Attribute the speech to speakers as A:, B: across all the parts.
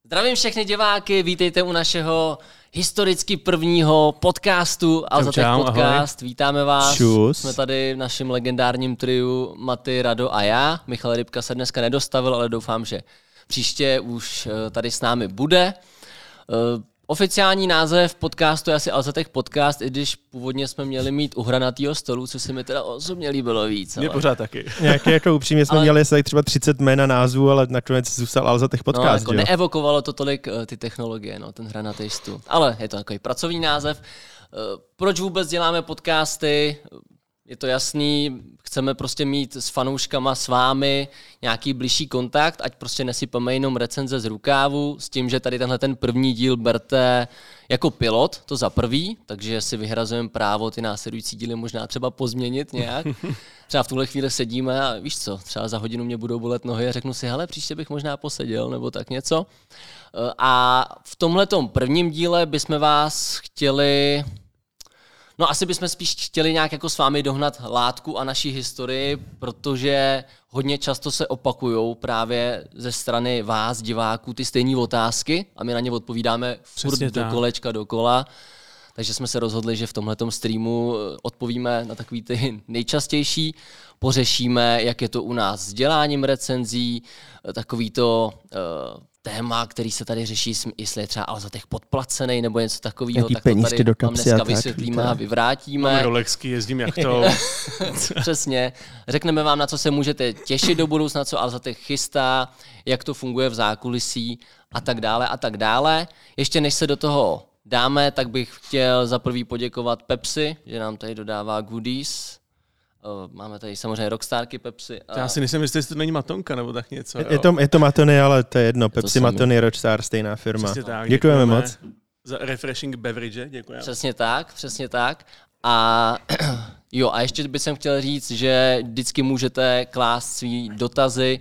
A: Zdravím všechny diváky, vítejte u našeho historicky prvního podcastu Alzatech podcast. Ahoj. Vítáme vás.
B: Čus.
A: Jsme tady v našem legendárním triu Maty, Rado a já. Michal Rybka se dneska nedostavil, ale doufám, že příště už tady s námi bude. Oficiální název podcastu je asi Alzatech podcast, i když původně jsme měli mít u hranatýho stolu, co se mi teda osobně líbilo víc.
B: Mně pořád taky. Nějaké jako upřímně jsme měli třeba 30 jména názvů, ale nakonec zůstal Alzatech podcast.
A: No, jako neevokovalo to tolik ty technologie, ten hranatý stůl. Ale je to takový pracovní název. Proč vůbec děláme podcasty? Je to jasný, chceme prostě mít s fanouškama, s vámi nějaký bližší kontakt, ať prostě nesypeme jenom recenze z rukávu, s tím, že tady tenhle ten první díl berte jako pilot, to za prvý, takže si vyhrazujeme právo ty následující díly možná třeba pozměnit nějak. Třeba v tuhle chvíli sedíme a víš co, třeba za hodinu mě budou bolet nohy a řeknu si, hele, příště bych možná poseděl nebo tak něco. A v tomhletom prvním díle bychom vás chtěli... No asi bychom spíš chtěli nějak jako s vámi dohnat látku a naší historii, protože hodně často se opakujou právě ze strany vás, diváků, ty stejné otázky a my na ně odpovídáme furt do kolečka dokola. Takže jsme se rozhodli, že v tomhletom streamu odpovíme na takový ty nejčastější, pořešíme, jak je to u nás s děláním recenzí, takový to... téma, který se tady řeší, jestli je třeba Alzatech podplacený nebo něco takového, tak to tady vám dneska vysvětlíme a vyvrátíme.
B: Máme Rolexky, jezdím jachtou.
A: Přesně. Řekneme vám, na co se můžete těšit do budoucna, co Alzatech chystá, jak to funguje v zákulisí a tak dále a tak dále. Ještě než se do toho dáme, tak bych chtěl za prvý poděkovat Pepsi, že nám tady dodává goodies. Máme tady samozřejmě Rockstarky, Pepsi. A...
B: Já si nejsem jistý, jestli to není Matonka nebo tak něco.
A: Je
B: to Matony, ale to je jedno. Pepsi, Matony, Rockstar, stejná firma.
A: Tak,
B: děkujeme moc. Za refreshing beverage, děkujeme.
A: Přesně tak. A jo, a ještě bych chtěl říct, že vždycky můžete klást svý dotazy.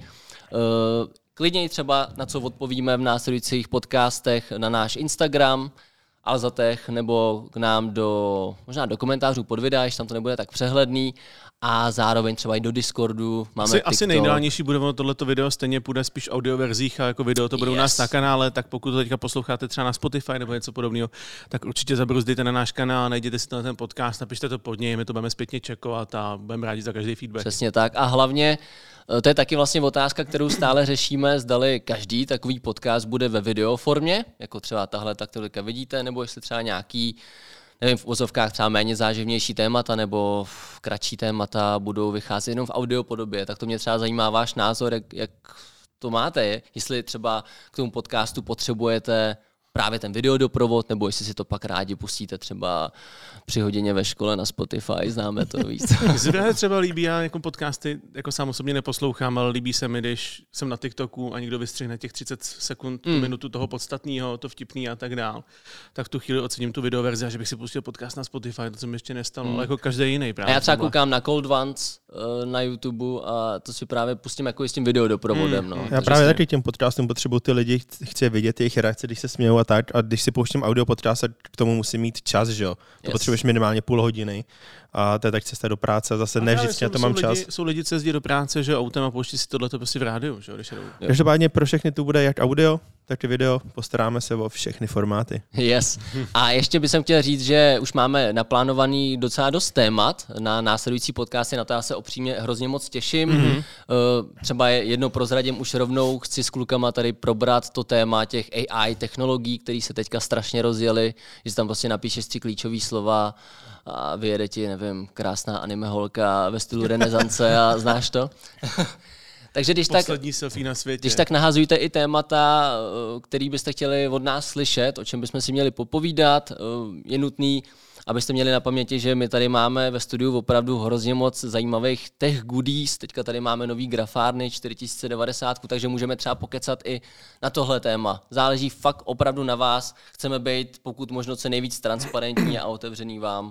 A: Klidně třeba na co odpovíme v následujících podcastech na náš Instagram, Alzatech, nebo k nám možná do komentářů pod videa, když tam to nebude tak přehledný, a zároveň třeba i do Discordu. Máme
B: asi nejideálnější bude tohleto video, stejně půjde spíš v audioverzích a jako video to bude u nás na kanále, tak pokud to teďka posloucháte třeba na Spotify nebo něco podobného, tak určitě zabruzdejte na náš kanál, najděte si ten podcast, napište to pod něj, my to budeme zpětně čekovat a budeme rádi za každý feedback.
A: Přesně tak a hlavně to je taky vlastně otázka, kterou stále řešíme, zdali každý takový podcast bude ve videoformě, jako třeba tahle, tak teďka vidíte, nebo jestli třeba nějaký, nevím, v uvozovkách třeba méně záživnější témata nebo kratší témata budou vycházet jenom v audiopodobě, tak to mě třeba zajímá váš názor, jak to máte, jestli třeba k tomu podcastu potřebujete právě ten videodoprovod, nebo jestli si to pak rádi pustíte třeba při hodině ve škole na Spotify, známe to víc.
B: Mně se právě třeba líbí, já jako podcasty jako sám osobně neposlouchám, ale líbí se mi, když jsem na TikToku a někdo vystřihne těch 30 sekund, minutu toho podstatného, to vtipný a tak dál. Tak v tu chvíli ocením tu videoverzi a že bych si pustil podcast na Spotify, to se mi ještě nestalo, ale jako každý jiný právě.
A: A já třeba koukám na Cold Ones na YouTube a to si právě pustím jako s tím videodoprovodem. No.
C: Já právě taky těm podcastům potřebuji ty lidi, chci vidět jejich reakce, když se smějou a tak. A když si pouštím audio podcast, k tomu musím mít čas, že jo. To potřebuješ minimálně půl hodiny. A to je tak cesta do práce, zase ne vždycky na to mám čas.
B: Jsou lidi, co jezdí do práce, že autem a pouští si tohleto prostě v rádiu, že jo, když jedou.
C: Každopádně pro všechny tu bude jak audio, tak i video. Postaráme se o všechny formáty.
A: Yes. A ještě bych chtěl říct, že už máme naplánovaný docela dost témat na následující podcasty, na to já se opřímně hrozně moc těším. Třeba jedno prozradím už rovnou, chci s klukama tady probrat to téma těch AI technologií, které se teďka strašně rozjeli, že tam prostě napíšeš 3 klíčové slova a vyjede ti, nevím, krásná anime holka ve stylu renesance a znáš to? Takže když tak nahazujte i témata, který byste chtěli od nás slyšet, o čem bychom si měli popovídat. Je nutný, abyste měli na paměti, že my tady máme ve studiu opravdu hrozně moc zajímavých tech goodies. Teďka tady máme nový grafárny 4090, takže můžeme třeba pokecat i na tohle téma. Záleží fakt opravdu na vás. Chceme být pokud možno co nejvíc transparentní a otevřený vám.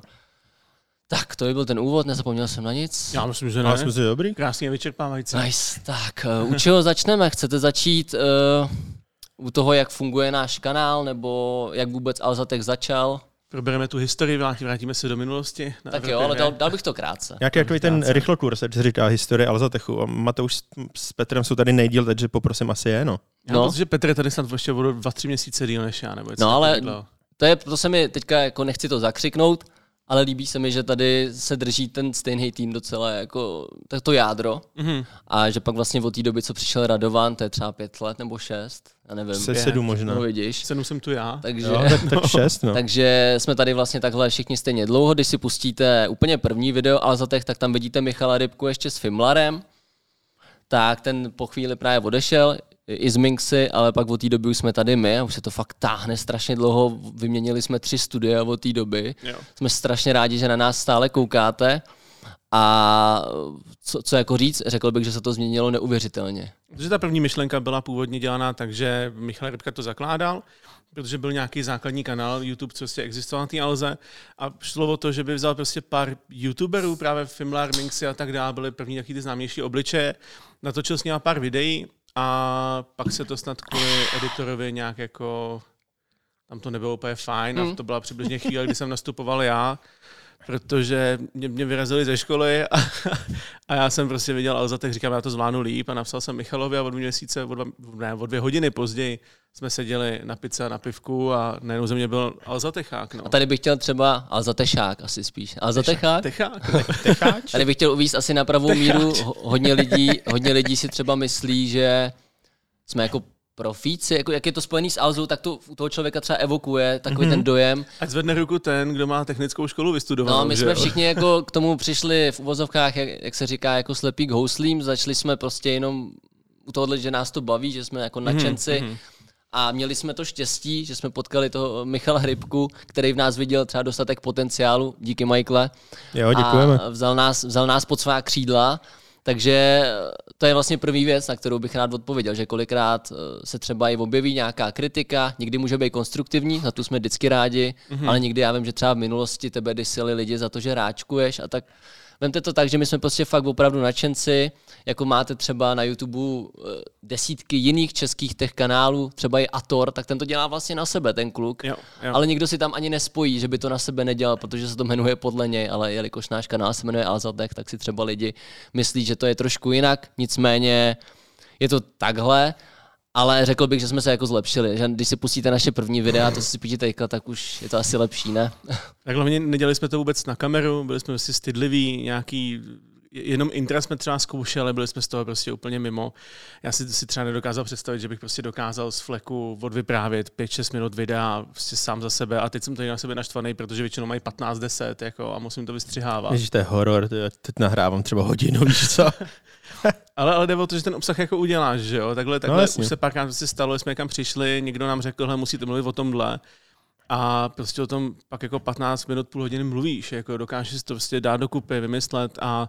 A: Tak, to by byl ten úvod, nezapomněl jsem na nic.
B: Já myslím, že ne.
C: Myslím, že dobrý.
B: Krásně vyčerpávající.
A: Nice. Tak, u čeho začneme? Chcete začít u toho, jak funguje náš kanál, nebo jak vůbec Alzatech začal?
B: probereme tu historii, vrátíme se do minulosti.
A: Tak jo, ale dal bych to krátce.
C: Nějaký takový ten rychlokurs, ať se říká historie Alzatechu. A Matouš s Petrem jsou tady nejdíl, takže poprosím asi je, no.
B: Já myslím, že Petr je tady snad ještě o 2-3 měsíce díl než já, nebo
A: no ale to se mi teďka, jako nechci to zakřiknout, ale líbí se mi, že tady se drží ten stejný tým docela jako to jádro a že pak vlastně od té doby, co přišel Radovan, to je třeba 5 let nebo 6, já nevím.
C: 7 možná.
A: No vidíš.
B: 7 jsem tu já.
A: Takže,
C: jo, tak 6, no.
A: Takže jsme tady vlastně takhle všichni stejně dlouho, když si pustíte úplně první video Alzatech, tak tam vidíte Michala Rybku ještě s Fimlarem, tak ten po chvíli právě odešel, i z Minxy, ale pak od té doby už jsme tady my a už se to fakt táhne strašně dlouho. Vyměnili jsme 3 studia od té doby. Jo. Jsme strašně rádi, že na nás stále koukáte. A co jako říct, řekl bych, že se to změnilo neuvěřitelně.
B: Protože ta první myšlenka byla původně dělaná tak, že Michal Rybka to zakládal, protože byl nějaký základní kanál YouTube, co prostě existoval na té Alze a šlo o to, že by vzal prostě pár YouTuberů, právě Fimlar, Minxy a tak dále, byly první taky ty známější obličeje, natočil s nimi pár videí a pak se to snad kvůli editorovi nějak jako, tam to nebylo úplně fajn a to byla přibližně chvíle, kdy jsem nastupoval já, protože mě vyrazili ze školy a já jsem prostě viděl Alzatech, říkám, já to zvládnu líp a napsal jsem Michalovi a o 2 hodiny později jsme seděli na pizze a na pivku a najednou ze mě byl Alzatechák. No.
A: A tady bych chtěl třeba Alzatešák asi spíš. Alzatechák?
B: Techáč?
A: Tady bych chtěl uvést asi na pravou míru. Hodně lidí si třeba myslí, že jsme jako profíci, jako jak je to spojený s Alzou, tak to u toho člověka třeba evokuje takový ten dojem.
B: Ať zvedne ruku ten, kdo má technickou školu vystudovanou.
A: No, my jsme všichni jako k tomu přišli v uvozovkách, jak se říká, jako slepí k houslím, začali jsme prostě jenom u tohohle, že nás to baví, že jsme jako nadšenci. A měli jsme to štěstí, že jsme potkali toho Michala Rybku, který v nás viděl třeba dostatek potenciálu, díky Michaele.
C: Jo, děkujeme.
A: A vzal nás pod svá křídla. Takže to je vlastně první věc, na kterou bych rád odpověděl, že kolikrát se třeba i objeví nějaká kritika, někdy může být konstruktivní, za tu jsme vždycky rádi, ale někdy já vím, že třeba v minulosti tebe disili lidi za to, že ráčkuješ a tak vemte to tak, že my jsme prostě fakt opravdu nadšenci, jako máte třeba na YouTube desítky jiných českých tech kanálů, třeba i Ator, tak ten to dělá vlastně na sebe, ten kluk,
B: jo.
A: Ale nikdo si tam ani nespojí, že by to na sebe nedělal, protože se to jmenuje podle něj, ale jelikož náš kanál se jmenuje Alzatech, tak si třeba lidi myslí, že to je trošku jinak, nicméně je to takhle. Ale řekl bych, že jsme se jako zlepšili, že když si pustíte naše první videa, to si píčíte teďka, tak už je to asi lepší, ne?
B: Tak hlavně nedělali jsme to vůbec na kameru, byli jsme prostě stydliví, nějaký, jenom intra jsme třeba zkoušeli, byli jsme z toho prostě úplně mimo. Já si třeba nedokázal představit, že bych prostě dokázal z fleku odvyprávět 5-6 minut videa prostě sám za sebe a teď jsem tady na sebe naštvaný, protože většinou mají 15-10 jako, a musím to vystřihávat.
C: Ježiš, to je horor, teď nahrávám třeba hodinu, víš co?
B: ale jde o to, že ten obsah jako uděláš, že jo? Takhle už se párkrát prostě stalo, jsme někam přišli, někdo nám řekl, hele, musíte mluvit o tomhle. A prostě o tom pak jako 15 minut, půl hodiny mluvíš, jako dokážeš si to prostě dát dokupy, vymyslet a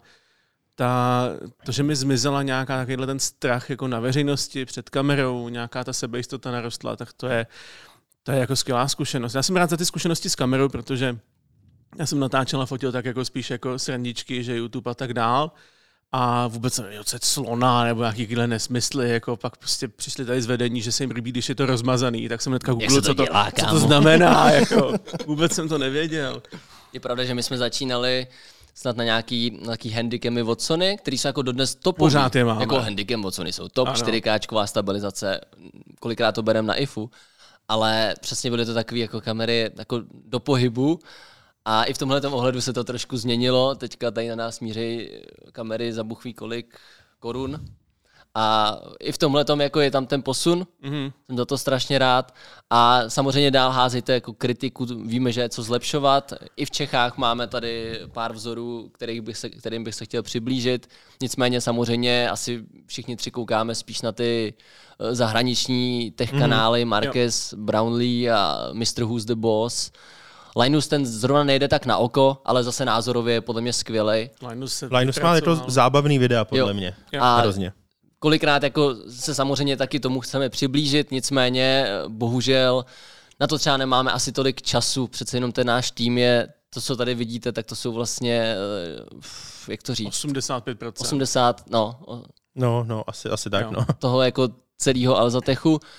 B: to, že mi zmizela nějaká takovýhle ten strach jako na veřejnosti, před kamerou, nějaká ta sebejistota narostla, tak to je jako skvělá zkušenost. Já jsem rád za ty zkušenosti s kamerou, protože já jsem natáčel a fotil tak jako spíš jako srandičky, že YouTube a tak dál. A vůbec nevím, ocet slona nebo nějakýhle nesmysly, jako pak prostě přišli tady z vedení, že se jim líbí, když je to rozmazaný, tak jsem hnedka googlil, co to znamená, jako vůbec jsem to nevěděl.
A: Je pravda, že my jsme začínali snad na nějaký handicamy od Sony, který jsou jako dodnes topový.
B: Pořád je máme.
A: Jako handicam od Sony jsou top, ano. 4K stabilizace, kolikrát to bereme na IFU, ale přesně byly to takové jako kamery jako do pohybu. A i v tomhletom ohledu se to trošku změnilo. Teďka tady na nás míří kamery za buchví kolik korun. A i v tomhletom jako je tam ten posun. Jsem za to strašně rád. A samozřejmě dál házejte jako kritiku. Víme, že je co zlepšovat. I v Čechách máme tady pár vzorů, kterým bych se chtěl přiblížit. Nicméně samozřejmě asi všichni 3 koukáme spíš na ty zahraniční tech kanály. Marquez, Brownlee a Mr. Who's the Boss. Linus ten zrovna nejde tak na oko, ale zase názorově je podle mě skvělej.
C: Linus má jako zábavný videa podle mě.
A: A
C: hrozně.
A: Kolikrát jako se samozřejmě taky tomu chceme přiblížit, nicméně bohužel na to třeba nemáme asi tolik času, přece jenom ten náš tým je, to, co tady vidíte, tak to jsou vlastně, jak to říct?
B: 85%.
A: 80,
C: No, asi tak, no.
A: Toho jako celého Alzatechu.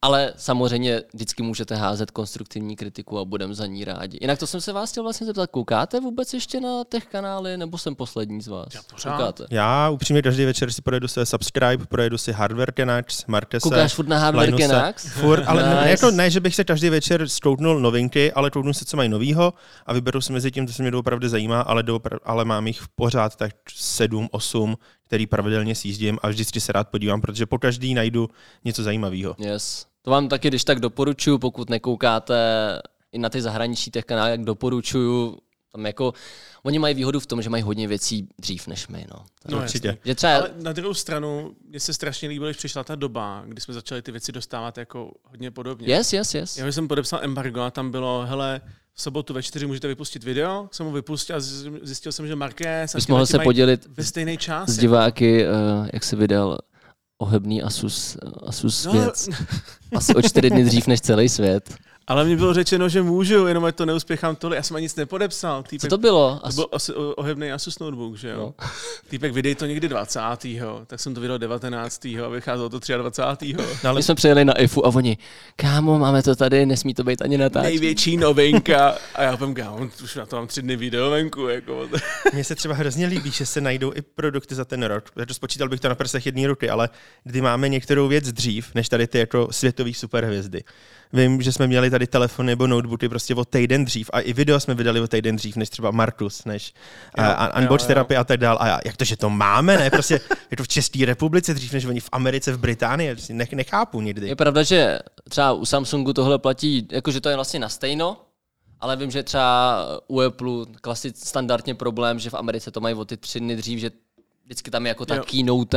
A: ale samozřejmě vždycky můžete házet konstruktivní kritiku a budeme za ní rádi. Jinak to jsem se vás chtěl vlastně zeptat, koukáte vůbec ještě na těch kanály, nebo jsem poslední z vás? Koukáte?
C: Já upřímně každý večer si projedu se Subscribe, projedu si Hardware Canucks, Martese.
A: Koukáš furt na Hardware Canucks?
C: Furt, ale nice. ne, že bych se každý večer stoutnul novinky, ale toutnu se, co mají novýho a vyberu si mezi tím, co se mě doopravdy zajímá, ale mám jich pořád tak 7, 8, který pravidelně sjíždím a vždycky se rád podívám, protože po každý najdu něco zajímavého.
A: Yes. To vám taky, když tak doporučuju, pokud nekoukáte i na ty zahraničí těch kanálů, jak doporučuju, tam jako, oni mají výhodu v tom, že mají hodně věcí dřív než my, no.
B: No
C: určitě.
B: Že třeba... Ale na druhou stranu, mně se strašně líbilo, když přišla ta doba, kdy jsme začali ty věci dostávat jako hodně podobně.
A: Yes.
B: Já jsem podepsal embargo a tam bylo, hele, v sobotu ve 4 můžete vypustit video, jsem ho vypustil a zjistil jsem, že Marquez a
A: bys mohl se podělit
B: ve stejné části.
A: S diváky, jak se vydal ohebný Asus věc. Asi o 4 dny dřív než celý svět.
B: Ale mi bylo řečeno, že můžu, jenom ať to neuspěchám tolik. Já jsem ani nic nepodepsal. Týpek,
A: co to bylo?
B: To byl ohebný Asus notebook, že jo? No. Týpek, vydej to někdy 20. Tak jsem to vydal 19. a vycházelo to 23.
A: No, ale my jsme přijeli na IFU a oni, kámo, máme to tady, nesmí to být ani natáčení.
B: Největší novinka. A já povím, kámo, už na to mám 3 dny video venku. Jako.
C: Mně se třeba hrozně líbí, že se najdou i produkty za ten rok. Spočítal bych to na prsech jedné ruky, ale kdy máme některou věc dřív, než tady ty jako světový superhvězdy. Vím, že jsme měli tady telefony nebo notebooky prostě o týden dřív a i video jsme vydali o týden dřív, než třeba Marcus, než Unbox Therapy a tak dál. A jak to, že to máme, ne? Prostě je to v České republice dřív, než oni v Americe, v Británii. Nechápu nikdy.
A: Je pravda, že třeba u Samsungu tohle platí, jakože to je vlastně na stejno, ale vím, že třeba u Apple standardně problém, že v Americe to mají o ty 3 dny dřív, že vždycky tam je jako ta keynote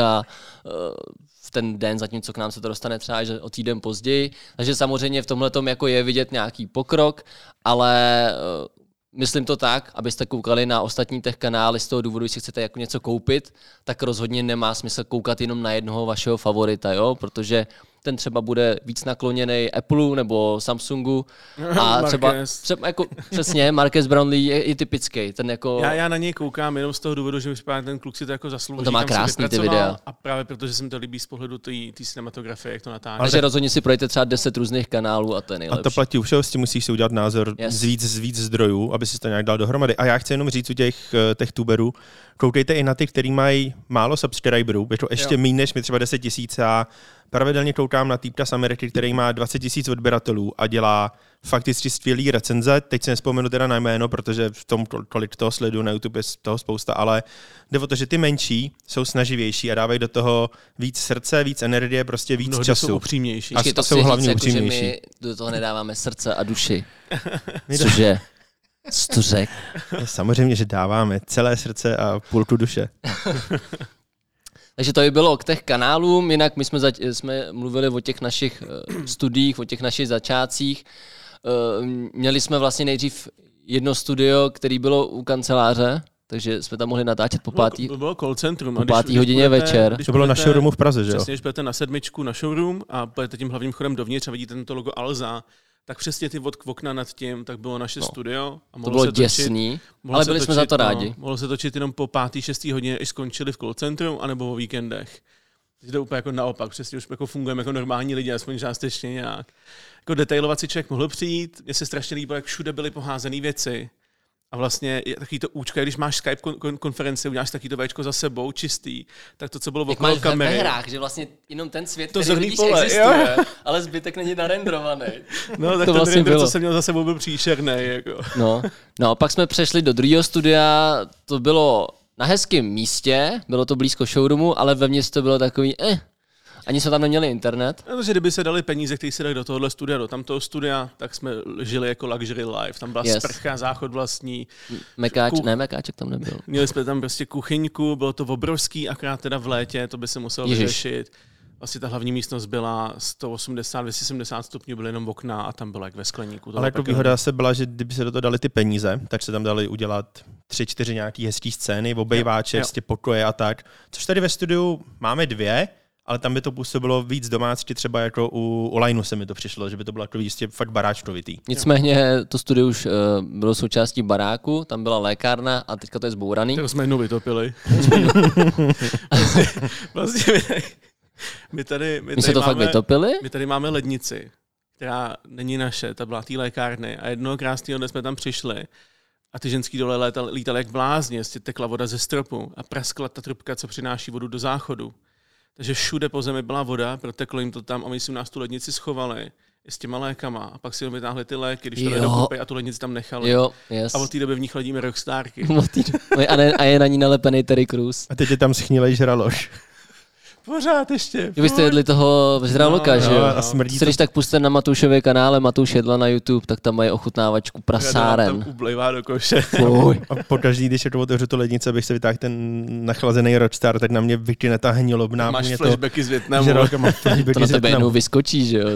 A: v ten den, zatímco k nám se to dostane třeba že o týden později. Takže samozřejmě v tomhletom jako je vidět nějaký pokrok, ale myslím to tak, abyste koukali na ostatní těch kanály z toho důvodu, když si chcete jako něco koupit, tak rozhodně nemá smysl koukat jenom na jednoho vašeho favorita, jo? Protože ten třeba bude víc nakloněný Apple nebo Samsungu a třeba jako přesně Marques Brownlee je typický, ten jako
B: já na něj koukám jenom z toho důvodu, že mi připadá, ten kluk si to jako zaslouží.
A: To má krásný ty videa.
B: A právě protože se mi to líbí z pohledu té cinematografie, jak to natáčí.
A: Takže rozhodně si projďte třeba 10 různých kanálů a to je nejlepší.
C: A to platí u všeho, s tím musíš si udělat názor z víc zdrojů, aby si to nějak dal dohromady. A já chci jenom říct u těch tuberů, koukejte i na ty, který mají málo subscriberů, je to ještě méně než mi třeba 10 000 a pravidelně koukám na týpka z Ameriky, který má 20 000 odběratelů a dělá fakticky skvělý recenze. Teď si nespomenu teda na jméno, protože v tom, kolik toho sleduju na YouTube, je toho spousta, ale jde o to, že ty menší jsou snaživější a dávají do toho víc srdce, víc energie, prostě víc času.
B: Jsou upřímnější.
C: A jsou hlavně upřímnější.
A: Jako, my do toho nedáváme srdce a duši. Cože? Co to řek?
C: Samozřejmě, že dáváme celé srdce a půlku duše.
A: Takže to by bylo k těch kanálům, jinak my jsme mluvili o těch našich studiích, o těch našich začátcích. Měli jsme vlastně nejdřív jedno studio, který bylo u kanceláře, takže jsme tam mohli natáčet po pátý.
B: To bylo call centrum.
A: Po 5. hodině večer.
C: To bylo na showroomu v Praze, že jo?
B: Přesně, když budete na 7 na showroom a půjdete tím hlavním chodem dovnitř a vidíte to logo Alza, tak přesně ty okna nad tím, tak bylo naše studio. A
A: to bylo děsný, ale byli jsme za to rádi.
B: Mohlo se točit jenom po 5. 6. hodině, až skončili v call centru, anebo o víkendech. Je to úplně jako naopak, přesně už jako fungujeme jako normální lidi, aspoň částečně nějak. Jako detailovat si člověk mohl přijít, mně se strašně líbilo, jak všude byly poházené věci. A vlastně takový to účko, když máš Skype konferenci, uděláš taky to Včko za sebou, čistý, tak to, co bylo okolo kamery.
A: Jak máš v hrách, že vlastně jenom ten svět,
B: to
A: který vidíš, existuje, ale zbytek není narendrovaný.
B: No, tak to vlastně render, co jsem měl za sebou, byl příšerný. Jako.
A: No, pak jsme přešli do druhého studia, to bylo na hezkém místě, bylo to blízko showroomu, ale vevnitř to bylo takový, ani jsme tam neměli internet.
B: Protože kdyby se dali peníze, které se dali do tohohle studia, do tamtoho studia, tak jsme žili jako luxury life. Tam byla sprcha, záchod vlastní.
A: Mekáček tam nebyl.
B: Měli jsme tam prostě kuchyňku, bylo to obrovský, akorát teda v létě, to by se muselo vyřešit. Vlastně ta hlavní místnost byla 180-270 stupňů, byly jenom okna a tam bylo jak ve skleníku.
C: Ale jako výhoda se byla, že kdyby se do toho dali ty peníze, tak se tam dali udělat 3-4 nějaký hezký scény, obejváče, pokoje a tak. Což tady ve studiu máme 2, ale tam by to působilo víc domácky, třeba jako u Lineu se mi to přišlo, že by to bylo jako jistě fakt baráčkovitý.
A: Nicméně to studio už bylo součástí baráku, tam byla lékárna a teďka to je zbouraný.
B: Tak jsme jednou vytopili. My tady
A: se to fakt vytopili?
B: My tady máme lednici, která není naše, ta byla té lékárny a jednoho krásného dne jsme tam přišli a ty ženský dole lítali jak blázni, tekla voda ze stropu a praskla ta trubka, co přináší vodu do záchodu. Takže všude po zemi byla voda, proteklo jim to tam a my si u nás tu lednici schovali s těma lékama a pak si jenom vytáhli ty léky, když to dokupy a tu lednici tam nechali.
A: Jo, yes.
B: A od té doby v nich ledíme rockstárky.
A: A je na ní nalepený Terry Crews.
C: A teď je tam schnilej žraloš.
B: Pořád ještě.
A: Kdybyste jedli toho žraloka, že jo?
C: A smrdí to.
A: Když tak puste na Matoušově kanále Matouš jedla na YouTube, tak tam mají ochutnávačku prasáren.
B: Tam ublejvá do koše.
C: A pokaždý, když je to otevřu tu lednici, abych se vytáhl ten nachlazený Rockstar, tak na mě vykyne ta hnilobná.
B: Máš flashbacky z Vietnamu.
A: To na tebe jednou vyskočí, že jo?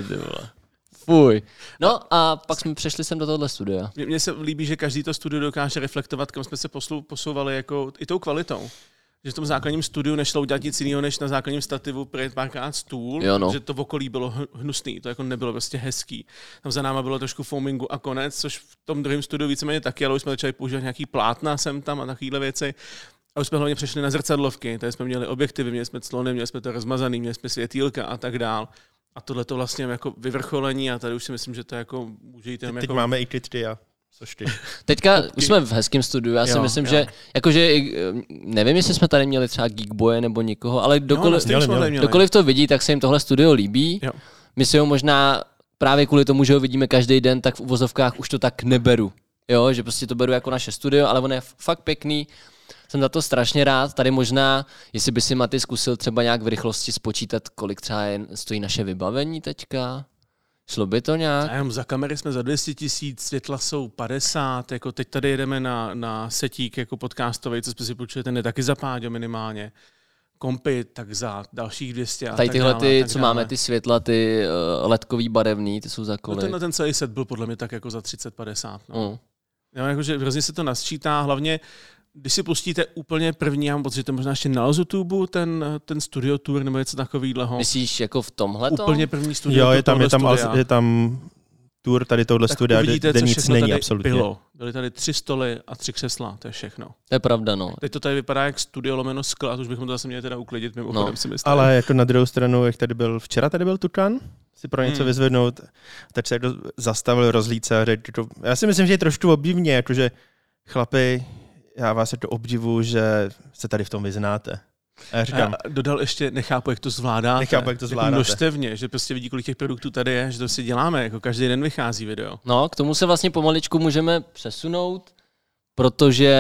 A: Fuj. No a pak jsme přešli sem do tohohle studia.
B: Mně se líbí, že každý to studio dokáže reflektovat, kam jsme se posouvali jako i tou kvalitou. Že v tom základním studiu nešlo udělat nic jiného, než na základním stativu projet párkrát stůl, že to v okolí bylo hnusný, to jako nebylo prostě hezký. Tam za náma bylo trošku foamingu a konec, což v tom druhém studiu víceméně taky, ale už jsme začali používat nějaký plátna sem tam a takovéhle věci. A už jsme hlavně přešli na zrcadlovky, tady jsme měli objektivy, měli jsme clony, měli jsme to rozmazaný, měli jsme světýlka a tak dál. A tohle to vlastně jako vyvrcholení a tady už si myslím, že to jako může jít
C: teď
B: jako...
C: máme i ty a což ty.
A: Teďka už jsme v hezkém studiu, já si myslím, že jakože nevím, jestli jsme tady měli třeba Geekboye nebo nikoho, ale kdokoliv to vidí, tak se jim tohle studio líbí. Jo. My si ho možná právě kvůli tomu, že ho vidíme každý den, tak v uvozovkách už to tak neberu. Jo, že prostě to beru jako naše studio, ale on je fakt pěkný. Jsem za to strašně rád. Tady možná, jestli by si Maty zkusil třeba nějak v rychlosti spočítat, kolik třeba stojí naše vybavení teďka. Šlo by to nějak?
B: A jenom za kamery jsme za 200 000, světla jsou 50, jako teď tady jedeme na setík jako podcastový, co jsme si počuli, ten je taky za Páďo minimálně. Kompy, tak za dalších 200 a
A: tady
B: tak
A: tyhle,
B: dále,
A: co máme, ty světla, ty ledkový barevný, ty jsou za kolik?
B: No ten celý set byl podle mě tak jako za 30-50. No. Jo, jakože hrozně se to nasčítá, hlavně když si pustíte úplně první, já mám pocit, že to možná ještě na YouTube, ten studio tour nebo něco takového.
A: Myslíš jako v tomhletom?
B: Úplně první studio.
C: Jo, je tam tour tady tohle studia, kde nic není absolutně.
B: Byly tady 3 stoly a 3 křesla, to je všechno.
A: To je pravda, no.
B: Teď to tady vypadá jak studio lomeno skl a už bychom to zase měli teda uklidit mimochodem, si myslím.
C: Ale jako na druhou stranu, jak tady byl, včera tady byl Tukan, si pro něco vyzvednout, teď se zastavil, rozhlíd se a řekl, já si myslím, že je trošku obdivně, jakože chlapi, já vás to obdivu, že se tady v tom vyznáte. A já říkám,
B: dodal ještě, nechápu, jak to zvládáte. Jako množstevně, že prostě vidí, kolik těch produktů tady je, že to si děláme, jako každý den vychází video.
A: No, k tomu se vlastně pomaličku můžeme přesunout, protože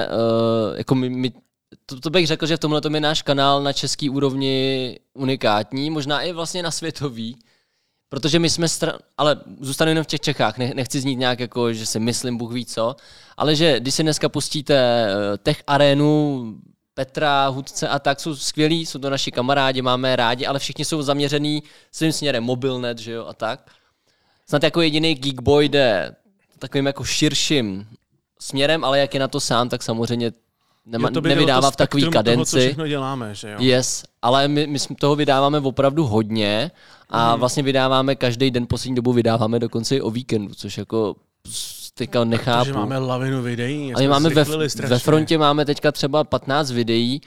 A: jako to bych řekl, že v tomhle je náš kanál na český úrovni unikátní, možná i vlastně na světový, protože my jsme, ale zůstanu jenom v těch Čechách, nechci znít nějak jako, že si myslím, Bůh ví co, ale že když si dneska pustíte Tech Arenu, Petra, Hudce a tak, jsou skvělí, jsou to naši kamarádi, máme je rádi, ale všichni jsou zaměřený svým směrem, mobilnet, že jo, a tak. Snad jako jediný Geekboy jde takovým jako širším směrem, ale jak je na to sám, tak samozřejmě nevydává v takový kadenci.
B: Toho, co všechno děláme, že jo?
A: Yes, ale my toho vydáváme opravdu hodně a vlastně vydáváme každý den, poslední dobu vydáváme dokonce i o víkendu, což jako teďka nechápu.
B: Protože máme lavinu videí.
A: Ale máme ve frontě máme teďka třeba 15 videí,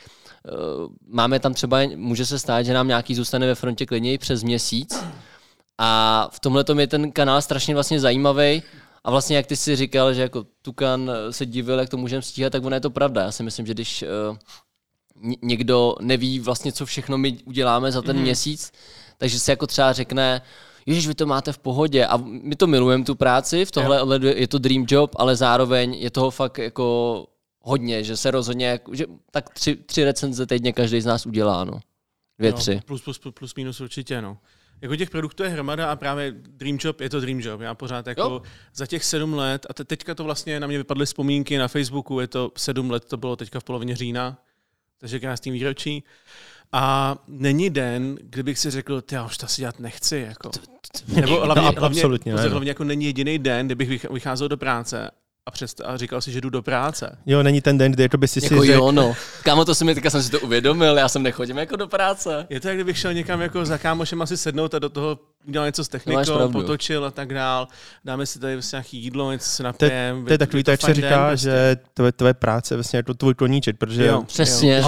A: máme tam třeba, může se stát, že nám nějaký zůstane ve frontě klidně i přes měsíc a v tomhletom je ten kanál strašně vlastně zajímavý. A vlastně, jak ty jsi říkal, že jako Tukan se divil, jak to můžeme stíhat, tak ono je to pravda. Já si myslím, že když někdo neví vlastně, co všechno my uděláme za ten měsíc, takže si jako třeba řekne, ježiš, vy to máte v pohodě a my to milujeme, tu práci, v tohle ohledu je to dream job, ale zároveň je toho fakt jako hodně, že se rozhodně, že tak 3 recenze týdně každý z nás udělá, no. 2, 3.
B: Plus minus určitě, no. Jako těch produktů je hromada a právě Dream Job je to Dream Job. Já pořád jako za těch 7 let, a teďka to vlastně na mě vypadly vzpomínky na Facebooku, je to 7 let, to bylo teďka v polovině října, takže krásný výročí. A není den, kdybych si řekl, já už to si dělat nechci. Jako. Nebo hlavně jako není jediný den, kdybych vycházel do práce a říkal si, že jdu do práce.
C: Jo, není ten den, kdy to by si
A: jako si řekl. No. Kámo, to jsem si to uvědomil, já jsem nechodím jako do práce.
B: Je to, jak kdybych šel někam jako za kámošem asi sednout a do toho udělal něco s technikou, potočil a tak dál, dáme si tady vlastně nějaký jídlo, něco se napijeme.
C: To je takový, jak se říká, že tvoje práce vlastně je to tvůj koníček, protože
A: přesně.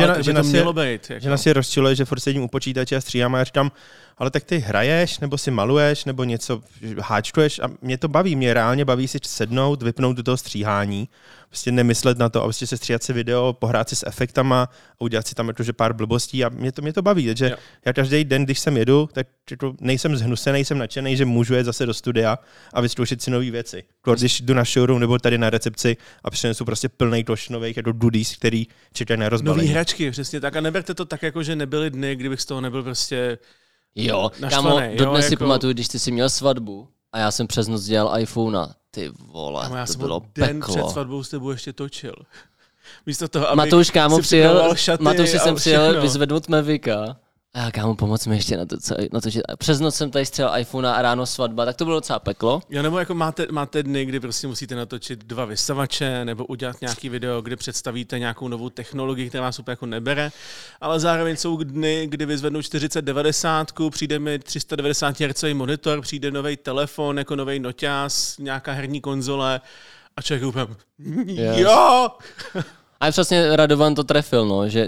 C: Žena si rozčiluje, že furt sedím u počítače a stříhám a já říkám, ale tak ty hraješ, nebo si maluješ, nebo něco háčkuješ a mě to baví, mě reálně baví si sednout, vypnout do toho stříhání, prostě nemyslet na to a prostě se stříhat si video, pohrát si s efektama a udělat si tam jakože pár blbostí a mě to baví, takže já každý den, když sem jedu, tak nejsem zhnusený, nejsem nadšený, že můžu jet zase do studia a vyzkoušet si nové věci. Když jdu na showroom nebo tady na recepci a přinesu prostě plnej toš nových jako goodies, který čekají na rozbalení.
B: Nový hračky, přesně tak a neberte to tak, jako že nebyly dny, kdybych z toho nebyl prostě
A: jo, kámo, dodnes si pamatuju, když ty jsi měl svatbu a já jsem přes noc dělal iPhonea. Ty vole,
B: já
A: to
B: jsem
A: bylo
B: den
A: peklo.
B: před svatbou s tebou ještě točil. Místo toho,
A: Matouš, kámo, přijel, Matouš jsem přijel vyzvednout Mavika. A já, kámo, pomoct mi ještě na to, že přes noc jsem tady střelil iPhonea a ráno svatba, tak to bylo docela peklo.
B: Jo, nebo jako máte dny, kdy prostě musíte natočit 2 vysavače, nebo udělat nějaký video, kde představíte nějakou novou technologii, která vás úplně jako nebere, ale zároveň jsou dny, kdy vyzvednu 4090, přijde mi 390 Hz monitor, přijde nový telefon, jako nový noťaz, nějaká herní konzole a člověk úplně, jo!
A: A přesně Radovan to trefil, no, že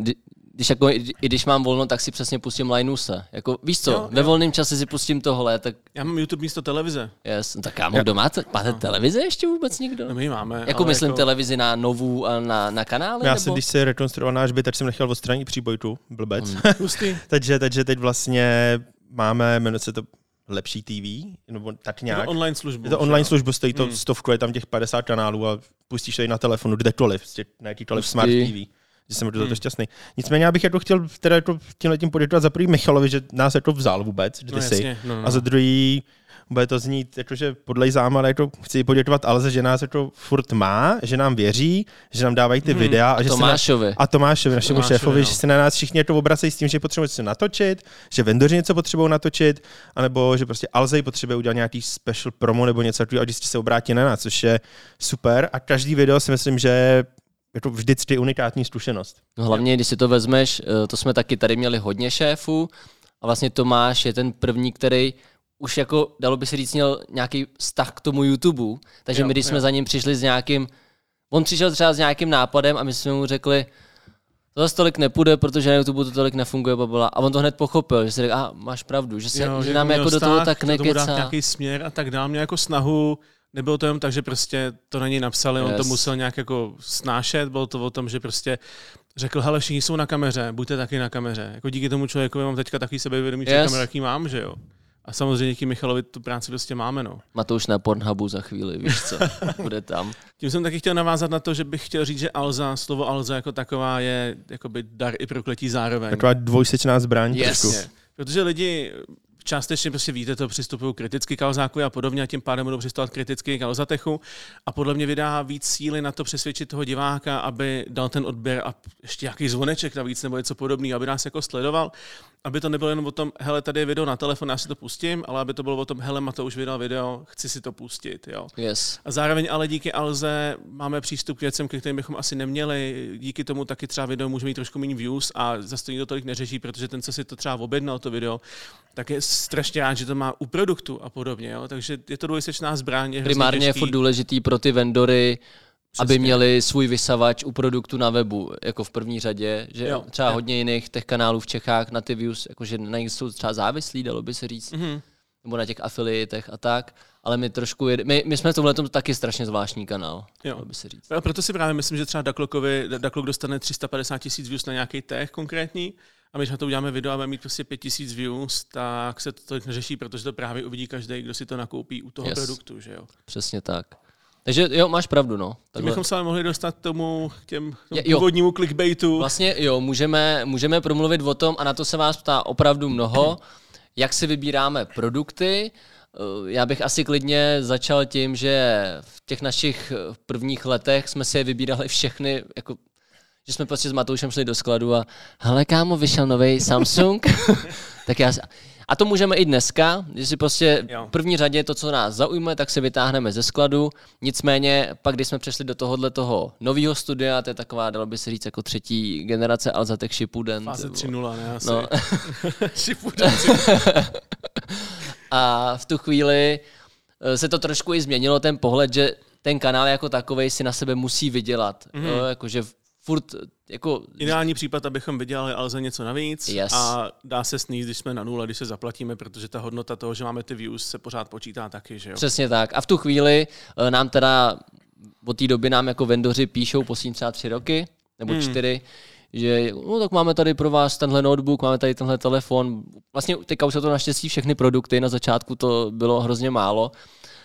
A: když mám volno, tak si přesně pustím Linuse. Jako, víš co, ve volném čase si pustím tohle, tak...
B: Já mám YouTube místo televize.
A: Yes. Tak kámo, kdo máte televizi ještě vůbec nikdo?
B: No my máme.
A: Jako myslím televizi na novou a na kanály?
C: Já když se rekonstruoval náš byt, tak jsem nechal odstranit přípojku, blbec. takže teď vlastně máme, jmenuje se to Lepší TV, nebo tak nějak.
B: Je to online službu.
C: Je to online službu, stojí to 100, je tam těch 50 kanálů a pustíš to i na telefonu, kdekoliv, na jakýkoliv smart TV. Že jsem za to šťastný. Nicméně já bych jako chtěl teda jako tímhletím poděkovat za první Michalovi, že nás jako vzal vůbec, a za druhý bude to znít, jakože podlejzám, ale jako chci poděkovat Alze, že nás jako furt má, že nám věří, že nám dávají ty videa. A že Tomášovi, našemu šéfovi, že se na nás všichni jako obracejí s tím, že potřebují něco natočit, že vendoři něco potřebují natočit, anebo že prostě Alze potřebuje udělat nějaký special promo nebo něco takového, a když se obrátí na nás, což je super. A každý video si myslím, že je to vždycky unikátní zkušenost.
A: No hlavně, když si to vezmeš, to jsme taky tady měli hodně šéfů a vlastně Tomáš je ten první, který už jako, dalo by se říct, měl nějaký vztah k tomu YouTube, takže my, když jsme za ním přišli s nějakým, on přišel třeba s nějakým nápadem a my jsme mu řekli, to zase tolik nepůjde, protože na YouTube to tolik nefunguje, babala. A on to hned pochopil, že si řekl, máš pravdu, že nám jako do toho tak nekecá.
B: Tomu nějaký směr a tak dál, mě jako snahu. Nebylo to jen tak, že prostě to na něj napsali, on to musel nějak jako snášet, bylo to o tom, že prostě řekl, hele, všichni jsou na kameře, buďte taky na kameře. Jako díky tomu člověku mám teďka takový sebevědomí, že kameru, jaký mám, že jo. A samozřejmě díky Michalovi tu práci prostě máme, no.
A: Matouš na Pornhubu za chvíli, víš co, bude tam.
B: Tím jsem taky chtěl navázat na to, že bych chtěl říct, že slovo Alza jako taková je jakoby dar i prokletí zároveň.
C: Taková dvojsečná zbraň.
B: Yes. Protože lidi částečně prostě víte, to přistupují kriticky k Alzákovi a podobně a tím pádem budou přistupovat kriticky k Alzatechu a podle mě vydá víc síly na to přesvědčit toho diváka, aby dal ten odběr a ještě nějaký zvoneček navíc nebo něco podobného, aby nás jako sledoval, aby to nebylo jenom o tom, hele, tady je video na telefon, já si to pustím, ale aby to bylo o tom, hele, Matouš vydal video, chci si to pustit, jo.
A: Yes.
B: A zároveň ale díky Alze máme přístup k věcem, ke kterým bychom asi neměli, díky tomu taky třeba video může mít trošku méně views a zase to nikdo tolik neřeší, protože ten, co si to třeba objednal, to video, tak je strašně rád, že to má u produktu a podobně, jo. Takže je to dvojsečná zbraň.
A: Primárně je furt důležitý pro ty vendory, aby měli svůj vysavač u produktu na webu, jako v první řadě, že třeba hodně jiných těch kanálů v Čechách na ty views, jakože na nich jsou třeba závislí, dalo by se říct, nebo na těch afiliatech a tak, ale my trošku my jsme v tomhletom taky strašně zvláštní kanál, dalo by se říct.
B: A proto si právě myslím, že třeba Ducklok dostane 350 000 views na nějaký tech konkrétní, a my, když na to uděláme video a budeme mít prostě 5000 views, tak se to neřeší, protože to právě uvidí každý, kdo si to nakoupí u toho produktu, že jo.
A: Přesně tak. Takže jo, máš pravdu, no.
B: Takhle. Bychom se ale mohli dostat k těm původnímu clickbaitu.
A: Vlastně jo, můžeme promluvit o tom, a na to se vás ptá opravdu mnoho, jak si vybíráme produkty. Já bych asi klidně začal tím, že v těch našich prvních letech jsme si je vybírali všechny, jako že jsme prostě s Matoušem šli do skladu a hele kámo, vyšel nový Samsung. Tak a to můžeme i dneska, že si prostě v první řadě to, co nás zaujme, tak si vytáhneme ze skladu. Nicméně pak, když jsme přešli do toho nového studia, to je taková, dalo by se říct, jako 3. generace Alzatech Shippuden.
B: Fáze 3.0, ne asi.
A: No.
B: Shippuden.
A: A v tu chvíli se to trošku i změnilo, ten pohled, že ten kanál jako takovej si na sebe musí vydělat. Jakože furt jako...
B: Ideální případ, abychom vydělali ale za něco navíc a dá se sníst, když jsme na nule, když se zaplatíme, protože ta hodnota toho, že máme ty views, se pořád počítá taky, že jo?
A: Přesně tak. A v tu chvíli nám teda od té doby nám jako vendoři píšou poslední třeba 3 roky nebo 4, že no, tak máme tady pro vás tenhle notebook, máme tady tenhle telefon. Vlastně teďka už jsou to naštěstí všechny produkty, na začátku to bylo hrozně málo.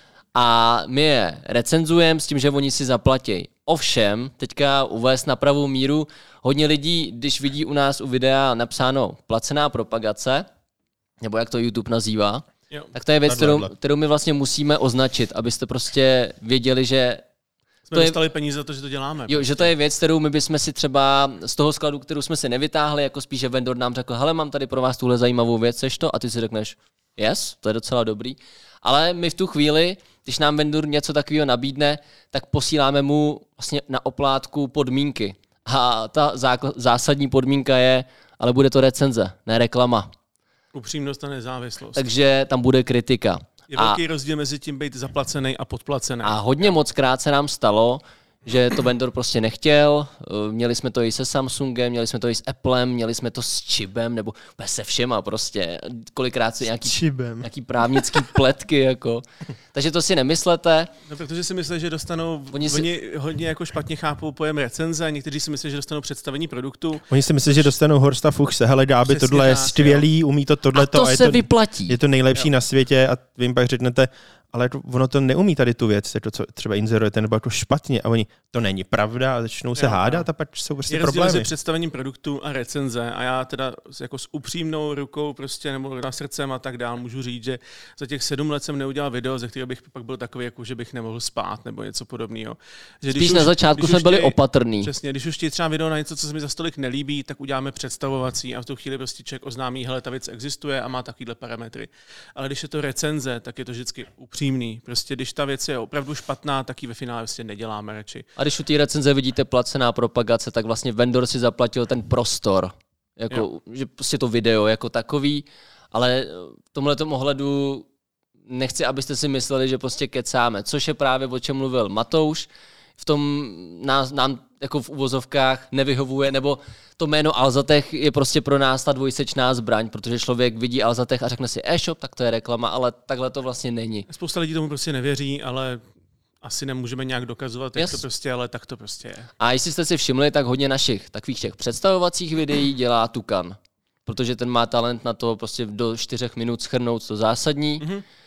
A: A my je recenzujeme s tím, že oni si zaplatí. Ovšem, teďka uvést na pravou míru, hodně lidí, když vidí u nás u videa napsáno placená propagace, nebo jak to YouTube nazývá, tak to je věc, kterou my vlastně musíme označit, abyste prostě věděli, že
B: jsme dostali peníze za to, že to děláme.
A: Jo, že to je věc, kterou my bychom si třeba z toho skladu, kterou jsme si nevytáhli, jako spíš, že vendor nám řekl, hele, mám tady pro vás tuhle zajímavou věc, seš to? A ty si řekneš, yes, to je docela dobrý. Ale my v tu chvíli, když nám vendor něco takového nabídne, tak posíláme mu vlastně na oplátku podmínky. A ta zásadní podmínka je, ale bude to recenze, ne reklama.
B: Upřímnost a nezávislost.
A: Takže tam bude kritika.
B: Je velký rozdíl mezi tím být zaplacený a podplacený.
A: A hodně moc krát se nám stalo, že to vendor prostě nechtěl. Měli jsme to i se Samsungem, měli jsme to i s Applem, měli jsme to s Čibem, nebo se všema prostě. Kolikrát si nějaký právnický pletky, jako. Takže to si nemyslete.
B: No, protože si myslí, že dostanou, oni hodně jako špatně chápou pojem recenze, a někteří si myslí, že dostanou představení produktu.
C: Oni si myslí, že dostanou Horsta Fuchse, hele, dáby, tohle je skvělý, umí to tohleto.
A: A to se vyplatí.
C: Je to nejlepší na světě a vy jim pak řeknete, ale ono to neumí tady tu věc, to, co třeba inzerujete, nebo jako špatně, a oni, to není pravda, a začnou se hádat a pak jsou prostě problémy.
B: Je představením produktu a recenze, a já teda jako s upřímnou rukou prostě, nebo na srdcem a tak dál můžu říct, že za těch 7 let jsem neudělal video, ze kterého bych pak byl takový, jako že bych nemohl spát nebo něco podobného.
A: Spíš na začátku jsme byli opatrní.
B: Přesně, když už ti třeba video na něco, co se mi za stolik nelíbí, tak uděláme představovací a v tu chvíli prostě člověk oznámí, hele, ta věc existuje a má takovýhle parametry. Ale když je to recenze, tak je to vždycky upřímný. Prostě když ta věc je opravdu špatná, tak ji ve finále prostě neděláme radši.
A: A když u té recenze vidíte placená propagace, tak vlastně vendor si zaplatil ten prostor, jako, že prostě to video jako takový, ale v tomhletom ohledu nechci, abyste si mysleli, že prostě kecáme, což je právě o čem mluvil Matouš. V tom nám jako v uvozovkách nevyhovuje, nebo to jméno Alzatech je prostě pro nás ta dvojsečná zbraň, protože člověk vidí Alzatech a řekne si e-shop, tak to je reklama, ale takhle to vlastně není.
B: Spousta lidí tomu prostě nevěří, ale asi nemůžeme nějak dokazovat, jak to prostě, ale tak to prostě je.
A: A jestli jste si všimli, tak hodně našich takových těch představovacích videí dělá Tukan, protože ten má talent na to prostě do 4 minut shrnout to zásadní.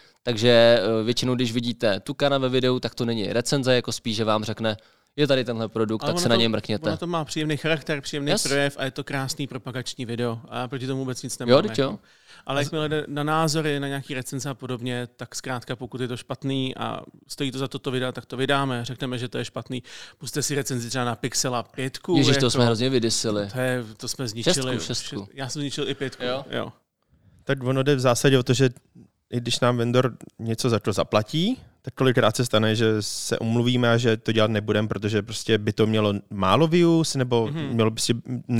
A: Takže většinou, když vidíte Tukana ve videu, tak to není recenze, jako spíš, že vám řekne, je tady tenhle produkt, tak se na něj mrkněte.
B: Ono to má příjemný charakter, příjemný projev a je to krásný propagační video. A já proti tomu vůbec nic nemám.
A: Jo.
B: Ale jakmile jde na názory, na nějaký recenze a podobně, tak zkrátka, pokud je to špatný a stojí to za to vydat, tak to vydáme. Řekneme, že to je špatný. Puste si recenzi třeba na Pixela 5.
A: Ježiš, to jsme hrozně vydysili.
B: To jsme zničili.
A: 6.
B: Já jsem zničil i 5. Jo.
C: Tak ono jde v zásadě o to, že i když nám vendor něco za to zaplatí, tak kolikrát se stane, že se omluvíme a že to dělat nebudeme, protože prostě by to mělo málo views, nebo mělo by si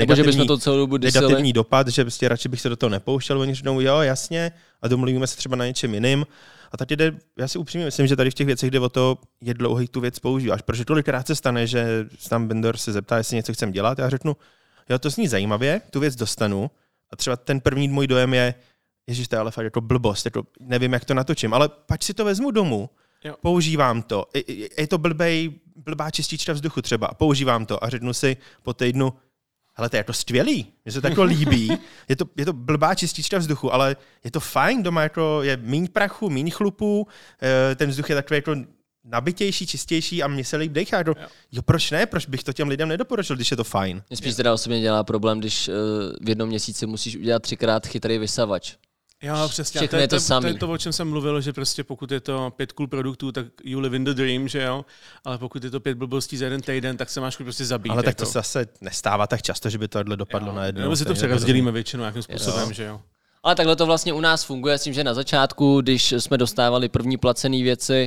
C: negativní dopad, že prostě radši bych se do toho nepouštěl, oni řeknou, jo, jasně, a domluvíme se třeba na něčem jiným. A tady jde, já si upřímně myslím, že tady v těch věcech jde o to, je dlouhý tu věc používáš, protože kolikrát se stane, že tam vendor se zeptá, jestli něco chcem dělat, já řeknu, jo, to zní zajímavě, tu věc dostanu, a třeba ten první můj dojem je, ježiš, to je ale fakt jako blbost, jako nevím, jak to natočím, ale pač si to vezmu domů, používám to, je to blbá čistička vzduchu třeba, používám to a řeknu si po týdnu, hele, to je jako skvělý, mně se to jako líbí, je to blbá čistička vzduchu, ale je to fajn, doma jako je míň prachu, míň chlupů, ten vzduch je takový jako nabitější, čistější a mně se líp dechá. Jo, proč ne? Proč bych to těm lidem nedoporučil, když je to fajn?
A: Mě spíš teda osobně dělá problém, když v jednom měsíci musíš udělat 3krát chytrý vysavač.
B: Jo, přesně.
A: To je
B: to, o čem jsem mluvil, že prostě pokud je to 5 cool produktů, tak you live in the dream, že jo? Ale pokud je to 5 blbostí za jeden týden, tak se máš prostě zabít.
C: Ale tak to se zase nestává tak často, že by tohle dopadlo na jedno.
B: Nebo si to přerozdělíme většinou nějakým způsobem, že jo?
A: Ale takhle to vlastně u nás funguje s tím, že na začátku, když jsme dostávali první placené věci,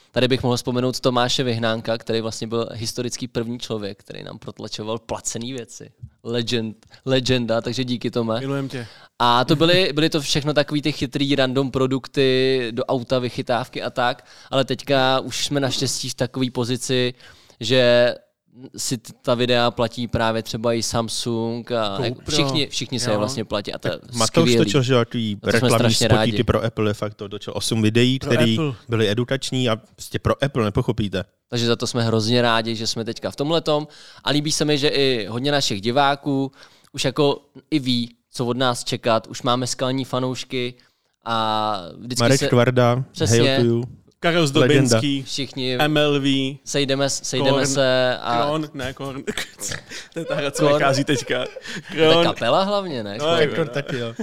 A: Tady bych mohl vzpomenout Tomáše Vyhnánka, který vlastně byl historický první člověk, který nám protlačoval placené věci. Legenda, takže díky Tome.
B: Milujem tě.
A: A to byly to všechno takový ty chytrý random produkty do auta, vychytávky a tak, ale teďka už jsme naštěstí v takové pozici, že si ta videa platí právě třeba i Samsung a všichni se je vlastně platí. A to je
C: Matouš točil, že takový reklamní spotíky pro Apple, fakt to točil 8 videí, které byly edukační a prostě pro Apple nepochopíte.
A: Takže za to jsme hrozně rádi, že jsme teďka v tomhletom a líbí se mi, že i hodně našich diváků už jako i ví, co od nás čekat, už máme skalní fanoušky a vždycky
C: Marek Kvarda, Hail to you.
B: Karel Zdobinský,
A: všichni
B: MLV,
A: sejdeme se a...
B: Korn. To je ta hra, co vychází teďka.
A: To je kapela hlavně, ne?
C: Korn taky, jo.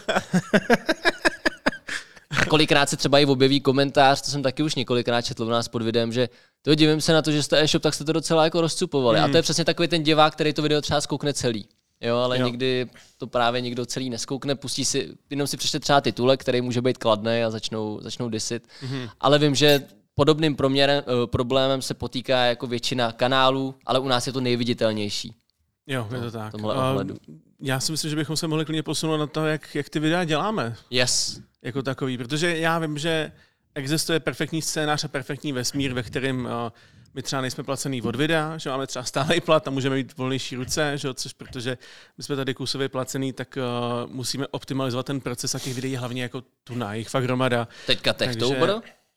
A: A kolikrát se třeba i objeví komentář, to jsem taky už několikrát četl u nás pod videem, že to divím se na to, že jste e-shop, tak jste to docela jako rozcupovali. A to je přesně takový ten divák, který to video třeba zkoukne celý. Jo, ale někdy to právě někdo celý neskoukne, pustí si, jenom si přečte třeba titulek, který může být kladný a začnou disit. Ale vím, že podobným problémem se potýká jako většina kanálů, ale u nás je to nejviditelnější.
B: Jo, je to tak. Já si myslím, že bychom se mohli klidně posunout na to, jak ty videa děláme.
A: Yes.
B: Jako takový, protože já vím, že existuje perfektní scénář a perfektní vesmír, ve kterém my třeba nejsme placený od videa, že máme třeba stálej plat a můžeme mít volnější ruce, že? Což protože my jsme tady kusově placený, tak musíme optimalizovat ten proces a těch videí hlavně jako tuna, jich fakt hromada.
A: Teďka Techtober?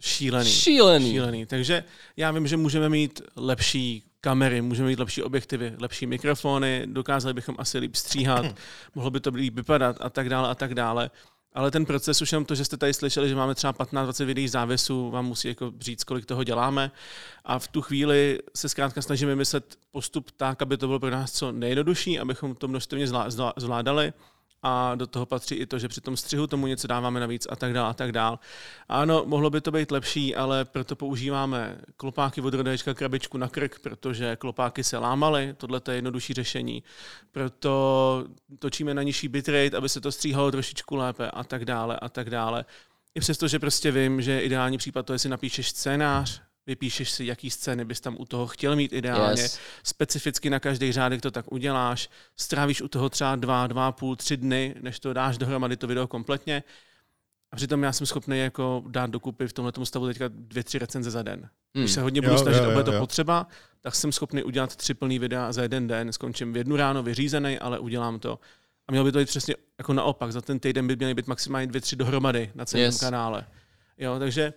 B: Šílený. Takže já vím, že můžeme mít lepší kamery, můžeme mít lepší objektivy, lepší mikrofony, dokázali bychom asi líp stříhat, mohlo by to líp vypadat a tak dále. Ale ten proces, už jenom to, že jste tady slyšeli, že máme třeba 15-20 videí závěsů, vám musí jako říct, kolik toho děláme. A v tu chvíli se zkrátka snažíme myslet postup tak, aby to bylo pro nás co nejjednodušší, abychom to množstevně zvládali. A do toho patří i to, že při tom střihu tomu něco dáváme navíc a tak dál. Ano, mohlo by to být lepší, ale proto používáme klopáky od Rodéčka, krabičku na krk, protože klopáky se lámaly, tohle je jednodušší řešení. Proto točíme na nižší bitrate, aby se to stříhalo trošičku lépe a tak dále. I přesto, že prostě vím, že ideální případ to je, si napíšeš scénář, vypíšeš si, jaký scény bys tam u toho chtěl mít ideálně, specificky na každý řádek to tak uděláš, strávíš u toho třeba 2,5, 3 dny, než to dáš dohromady to video kompletně. A přitom já jsem schopný jako dát dokupy v tomhletom stavu teďka 2-3 recenze za den. Když se hodně budu snažit, bude to potřeba, tak jsem schopný udělat 3 plný videa za jeden den, skončím v 1 ráno vyřízený, ale udělám to. A mělo by to být přesně jako naopak, za ten týden by měly být maximálně 2-3 dohromady na celém kanále. Jo, takže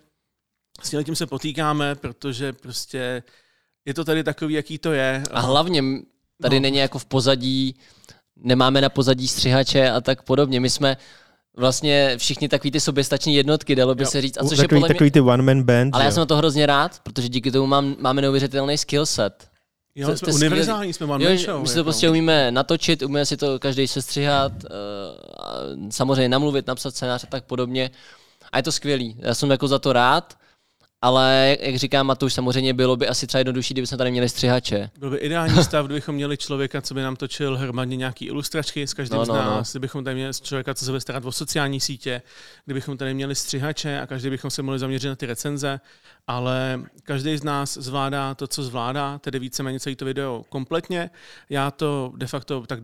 B: s tím se potýkáme, protože prostě je to tady takový, jaký to je.
A: A hlavně tady není jako v pozadí, nemáme na pozadí střihače a tak podobně. My jsme vlastně všichni takový ty soběstační jednotky, dalo by se říct. A což je
C: takový ty one-man band.
A: Ale já jsem na to hrozně rád, protože díky tomu máme neuvěřitelný skillset.
B: Jo, jsme univerzální, jsme one-man show.
A: My si to prostě umíme natočit, umíme si to každý sestřihat, samozřejmě namluvit, napsat scénář a tak podobně. A je to skvělý. Já jsem jako za to rád. Ale jak říká Matouš, samozřejmě bylo by asi třeba jednodušší, kdybychom tady měli střihače.
B: Byl by ideální stav, kdybychom měli člověka, co by nám točil hromadně nějaký ilustračky s každým z nás, kdybychom tady měli člověka, co se bude starat o sociální sítě, kdybychom tady měli střihače a každý bychom se mohli zaměřit na ty recenze, ale každý z nás zvládá to, co zvládá, tedy víceméně celé to video kompletně. Já to de facto tak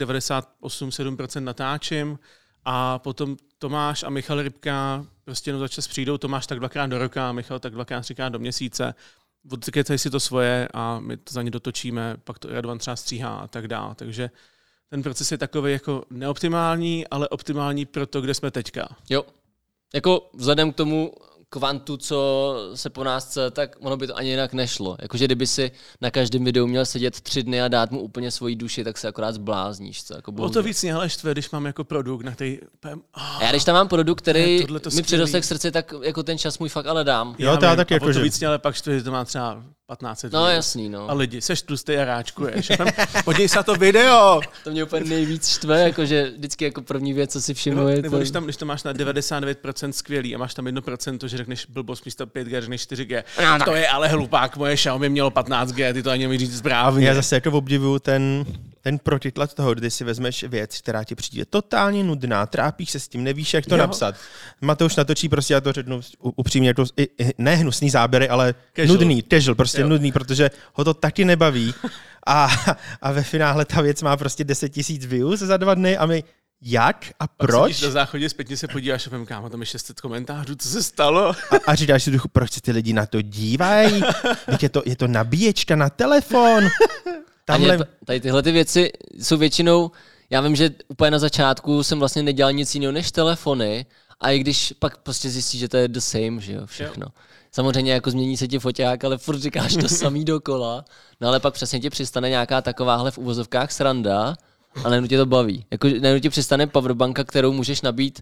B: 98-7% natáčím. A potom Tomáš a Michal Rybka prostě jenom za čas přijdou, Tomáš tak 2krát do roka, Michal tak 2krát, 3krát do měsíce. Odkecají si to svoje a my to za ně dotočíme, pak to Radovan třeba stříhá a tak dále. Takže ten proces je takový jako neoptimální, ale optimální pro to, kde jsme teďka.
A: Jo, jako vzhledem k tomu kvantu, co se po nás chce, tak ono by to ani jinak nešlo. Jakože kdyby si na každém videu měl sedět 3 dny a dát mu úplně svoji duši, tak se akorát zblázníš. Jako
B: o to víc mě ale štve, když mám jako produkt, na který...
A: A já když tam mám produkt, který mi přirostl k srdci, tak jako ten čas můj fakt ale dám.
B: Jo, to já taky jako, to víc mě ale pak štve, že to má třeba 1500
A: No jasný, no.
B: A lidi, seš tlustý a ráčkuješ. Podívej se na to video!
A: To mě úplně nejvíc štve, jakože vždycky jako první věc, co si všimnu, je
B: nebo když to máš na 99% skvělý a máš tam 1%, že řekneš blbost místo 5G, řekneš 4G. To je ale hlupák, moje Xiaomi mělo 15G, ty to ani nemůžeš říct správně.
C: Já zase jako obdivuju ten protiklad toho, kdy si vezmeš věc, která ti přijde totálně nudná, trápíš se s tím, nevíš, jak to napsat. Matouš natočí prostě, já to řeknu upřímně, to ne hnusný záběry, ale nudný, nudný, protože ho to taky nebaví. A ve finále ta věc má prostě 10 000 views za 2 dny a my jak a proč?
B: Na záchodě zpětně se podíváš a povím, kámo, tam je 600 komentářů, co se stalo?
C: A říkáš si duchu, proč se ty lidi na to dívají? Je to nabíječka na telefon.
A: Tady tyhle ty věci jsou většinou, já vím, že úplně na začátku jsem vlastně nedělal nic jiného než telefony a i když pak prostě zjistíš, že to je the same, že jo, všechno. Samozřejmě jako změní se ti foťák, ale furt říkáš to samý dokola. No ale pak přesně ti přistane nějaká takováhle v uvozovkách sranda a najednou tě to baví. Jako najednou ti přistane powerbanka, kterou můžeš nabít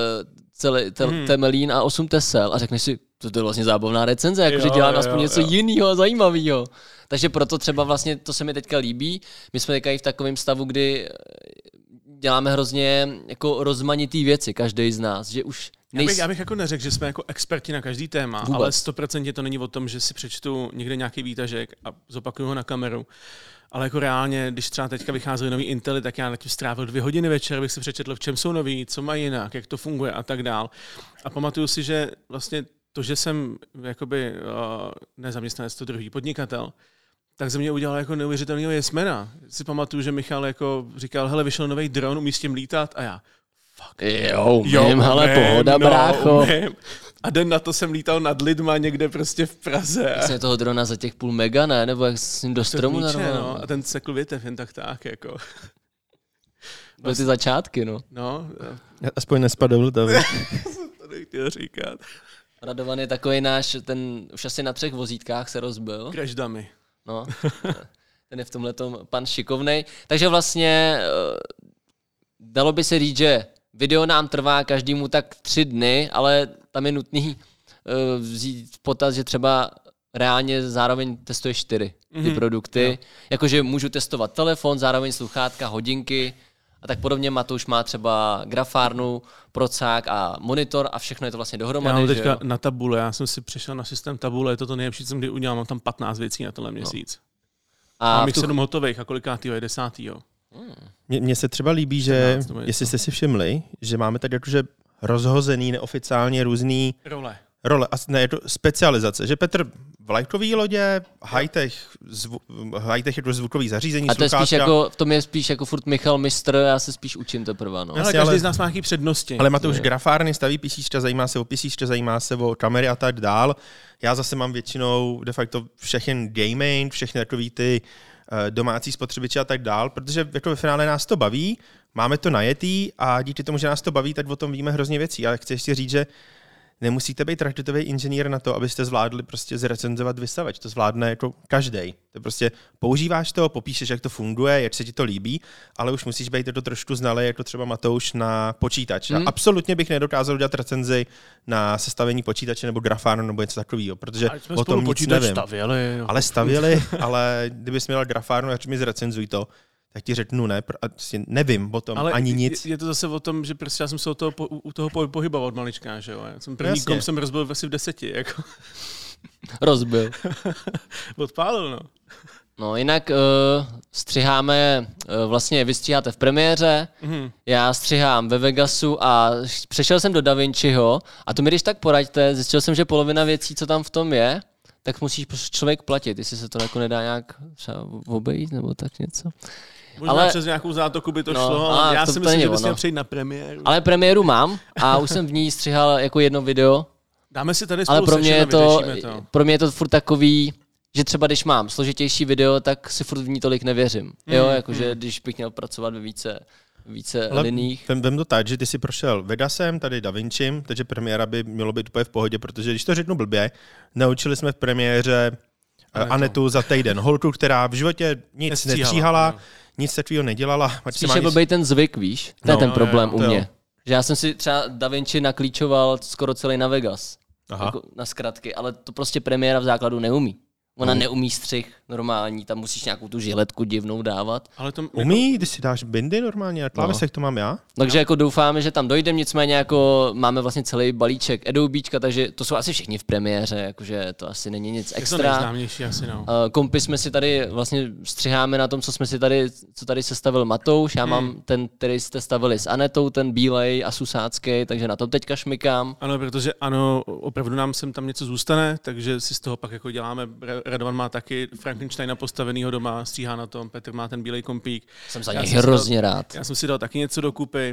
A: temelín a 8 tesel a řekneš si, to je vlastně zábavná recenze, jakože dělám aspoň něco jiného a zajímavého. Takže proto třeba vlastně, to se mi teďka líbí, my jsme teďka i v takovém stavu, kdy děláme hrozně jako rozmanitý věci, každý z nás, že už
B: já bych jako neřekl, že jsme jako experti na každý téma, vůbec. Ale 100% to není o tom, že si přečtu někde nějaký výtažek a zopakuju ho na kameru. Ale jako reálně, když třeba teďka vycházely nový Intely, tak já na tím strávil 2 hodiny večer, bych si přečetl, v čem jsou noví, co mají jinak, jak to funguje a tak dál. A pamatuju si, že vlastně to, že jsem jakoby nezaměstnanec, to druhý podnikatel, tak ze mě udělal jako neuvěřitelného jesmena. Si pamatuju, že Michal jako říkal, hele, vyšel nový dron, umí s tím lítat a já, fuck.
A: Pohoda, brácho.
B: A den na to jsem lítal nad lidma někde prostě v Praze.
A: Vlastně toho drona za těch 0,5 mega, ne? Nebo jak s ním do stromu normálně.
B: No, a ten sekl větev jen tak jako.
A: Byly ty začátky, no.
B: No.
C: Aspoň nespadl tam.
B: To nechtěl říkat.
A: Radovan je takový náš, ten už asi na 3 vozítkách se rozbil.
B: Crash dummy.
A: No, ten je v tomhletom pan šikovnej. Takže vlastně dalo by se říct, že video nám trvá každému tak 3 dny, ale tam je nutný vzít v potaz, že třeba reálně zároveň testuje 4 ty produkty. Jakože můžu testovat telefon, zároveň sluchátka, hodinky a tak podobně. Matouš má třeba grafárnu, procák a monitor a všechno je to vlastně dohromady.
B: Já mám teďka na tabule, já jsem si přešel na systém tabule, je to nejlepší, co jsem kdy udělal, mám tam 15 věcí na tenhle měsíc. A mám jich 7 hotových a kolikátýho je 10.
C: Mně se třeba líbí, že, jestli jste si všimli, že máme tady jakože rozhozený neoficiálně různý role. A ne, je to specializace, že Petr v lajkový lodě, high-tech je to zvukový zařízení,
A: a to je spíš jako, v tom je spíš jako furt Michal mistr, já se spíš učím teprve, no.
B: Ale každý z nás má nějaký přednosti.
C: Ale Matouš grafárny, staví písíčka, zajímá se o písíčka, zajímá se o kamery a tak dál. Já zase mám většinou de facto všechny gaming, všechny takový ty domácí spotřebiče a tak dál, protože jako ve finále nás to baví, máme to najetý a díky tomu, že nás to baví, tak o tom víme hrozně věcí. Ale chci ještě říct, že nemusíte být raketový inženýr na to, abyste zvládli prostě zrecenzovat vysavač. To zvládne jako každej. To prostě používáš to, popíšeš, jak to funguje, jak se ti to líbí, ale už musíš být to trošku znalý, jako třeba Matouš na počítač. Já absolutně bych nedokázal udělat recenzi na sestavení počítače nebo grafárnu nebo něco takového, protože o tom nic nevím. Stavěli, ale kdybys měl grafárnu, jak mi zrecenzuj to, tak ti řeknu ne, nevím o tom ale ani nic.
B: Je to zase o tom, že prostě já jsem se u toho pohyboval od malička, že jo. Já jsem první kom jsem rozbil asi v 10, jako.
A: Rozbil.
B: Odpálil, no.
A: No jinak střiháme, vlastně vy stříháte v premiéře, já střihám ve Vegasu a přešel jsem do DaVinciho a to mi když tak poraďte, zjistil jsem, že polovina věcí, co tam v tom je, tak musíš člověk platit, jestli se to jako nedá nějak třeba obejít nebo tak něco.
B: Možná přes nějakou zátoku by to šlo, ale já si myslím, že bys měl přejít na premiéru.
A: Ale premiéru mám a už jsem v ní střihal jako jedno video.
B: Dáme si tady spolu sešel a vyřešíme to.
A: Pro mě je to furt takový, že třeba když mám složitější video, tak si furt v ní tolik nevěřím. Jakože když bych měl pracovat ve více liních.
C: Vem to tak, že ty si prošel Vegasem, tady DaVincim, takže premiéra by mělo být úplně v pohodě, protože když to řeknu blbě, naučili jsme v premiéře Anetu za týden holku, která v životě nic nestříhala, nic takového nedělala.
A: Spíš je blbej ten zvyk, víš? To je ten problém u mě. Že já jsem si třeba DaVinci naklíčoval skoro celý na Vegas. Jako na zkratky, ale to prostě premiéra v základu neumí. Ona neumí střih normální, tam musíš nějakou tu žiletku divnou dávat.
B: Ale to,
C: Umí, když si dáš bindy normálně na klávesech, to mám já.
A: Takže jako doufáme, že tam dojdeme, nicméně jako máme vlastně celý balíček Adobečka, takže to jsou asi všichni v premiéře, jakože to asi není nic extra.
B: Je to nejznámější asi, no.
A: Kompy jsme si tady vlastně střiháme na tom, co tady sestavil Matouš, já mám ten, který jste stavili s Anetou, ten bílej a susácký, takže na tom teďka šmykám.
B: Ano, protože ano, opravdu nám sem tam něco zůstane, takže si z toho pak jako děláme. Radovan má taky Frankensteina postavenýho doma, stříhá na tom, Petr má ten bílej kompík.
A: Jsem za něj hrozně rád.
B: Já jsem si dal taky něco dokupy,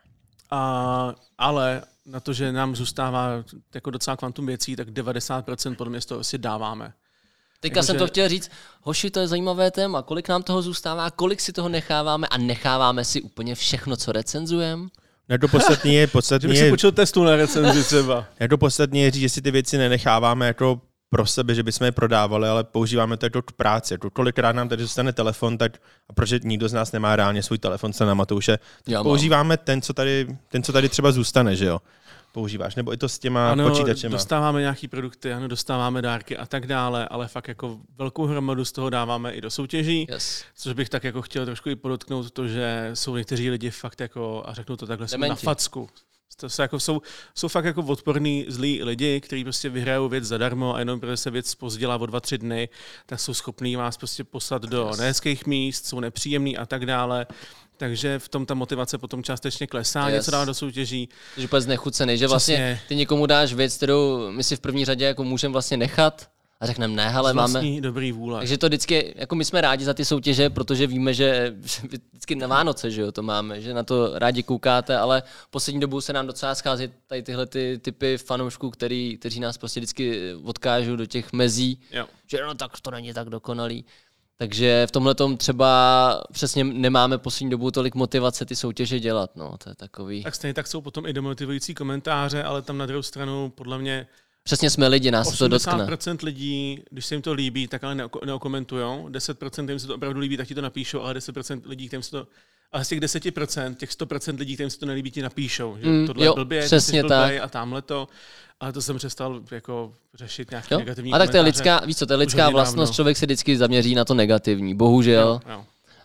B: ale na to, že nám zůstává jako docela kvantum věcí, tak 90% podle mě z toho si dáváme.
A: Teďka jsem to chtěl říct, hoši, to je zajímavé téma, kolik nám toho zůstává, kolik si toho necháváme a necháváme si úplně všechno, co recenzujeme.
C: Ne, to podstatný je...
B: Že bych si počul testu na recenzi třeba.
C: To podstatný je říct, že si ty věci nenecháváme jako pro sebe, že bychom je prodávali, ale používáme to jako k práci. Jako kolikrát nám tady zůstane telefon, tak, a protože nikdo z nás nemá reálně svůj telefon, se na Matouše, používáme ten, co tady třeba zůstane, že jo? Používáš, nebo i to s těma počítačema.
B: Dostáváme nějaký produkty, ano, dostáváme dárky a tak dále, ale fakt jako velkou hromadu z toho dáváme i do soutěží, což bych tak jako chtěl trošku i podotknout to, že jsou někteří lidi fakt jako, a řeknu to takhle, na facku. To jsou fakt jako odporní zlí lidi, kteří prostě vyhrajou věc zadarmo a jenom protože se věc zpozdila o 2-3 dny, tak jsou schopní vás prostě poslat do nehezkých míst, jsou nepříjemný a tak dále. Takže v tom ta motivace potom částečně klesá, něco dá do soutěží.
A: Takže úplně znechucený, že vlastně ty někomu dáš věc, kterou my si v první řadě jako můžeme vlastně nechat a řekneme ne, ale máme
B: dobrý vůle.
A: Takže to vždycky, jako my jsme rádi za ty soutěže, protože víme, že vždycky na Vánoce, že jo, to máme, že na to rádi koukáte, ale poslední dobou se nám docela schází tady tyhle ty typy fanoušků, kteří nás prostě vždycky odkážou do těch mezí, že no tak to není tak dokonalý. Takže v tomhletom třeba přesně nemáme poslední dobu tolik motivace ty soutěže dělat, no, to je takový.
B: Tak stejně tak jsou potom i demotivující komentáře, ale tam na druhou stranu podle mě
A: přesně jsme lidi, nás to dotkne.
B: 80% lidí, když se jim to líbí, tak ale neokomentujou, 10% kterým se to opravdu líbí, tak ti to napíšou, ale 10% lidí, kterým se to ale z těch 10%, těch 100% lidí, kterým se to nelíbí, ti napíšou, že tohle je blbě,
A: přesně tak.
B: A tamhle to. Ale to jsem přestal jako řešit nějaký negativní
A: komentáře. A tak to je lidská, víš co, to je lidská vlastnost, člověk se vždycky zaměří na to negativní, bohužel.
B: Jo.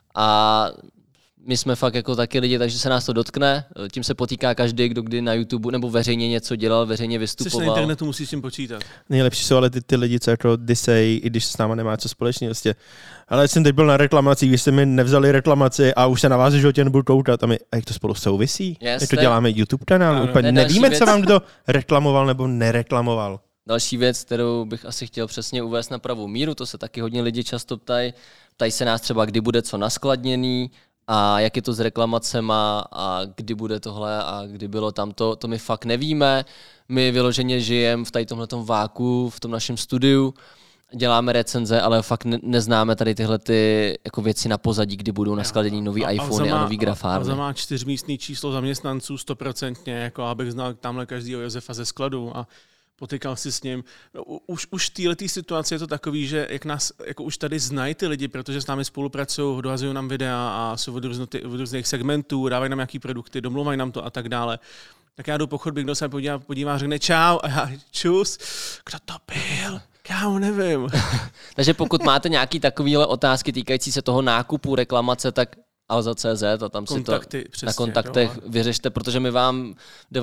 A: A my jsme fakt jako taky lidi, takže se nás to dotkne. Tím se potýká každý, kdo kdy na YouTube nebo veřejně něco dělal, veřejně vystupoval.
B: Jsi na internetu, musíš s tím počítat.
C: Nejlepší jsou ale ty lidi, co jako disej, i když s náma nemá co společného. Vlastně. Ale jsem teď byl na reklamacích, když jste mi nevzali reklamaci a už se na vás v životě nebudu koukat. A jak to spolu souvisí? Jak to děláme YouTube kanál? Úplně nevíme, co vám kdo reklamoval nebo nereklamoval.
A: Další věc, kterou bych asi chtěl přesně uvést na pravou míru, to se taky hodně lidi často ptají. Ptají se nás třeba, kdy bude co naskladněný, a jak je to s reklamacema a kdy bude tohle a kdy bylo tamto, to my fakt nevíme. My vyloženě žijeme v tady tomhletom váku, v tom našem studiu, děláme recenze, ale fakt neznáme tady tyhle ty jako věci na pozadí, kdy budou naskladěný nový iPhony a nový grafárny.
B: Alza má 4místný číslo zaměstnanců 100%, jako abych znal tamhle každýho Josefa ze skladu a potykal si s ním. No, už v této situaci je to takový, že jak nás jako už tady znají ty lidi, protože s námi spolupracují, dohazují nám videa a jsou od různých segmentů, dávají nám nějaký produkty, domluvají nám to a tak dále. Tak já jdu po chodbě, kdo se podívá, řekne čau a já čus, kdo to byl? Já nevím.
A: Takže pokud máte nějaké takovéhle otázky týkající se toho nákupu, reklamace, tak Alza.cz a tam
B: kontakty,
A: si to
B: přesně,
A: na kontaktech vyřešte, protože my vám v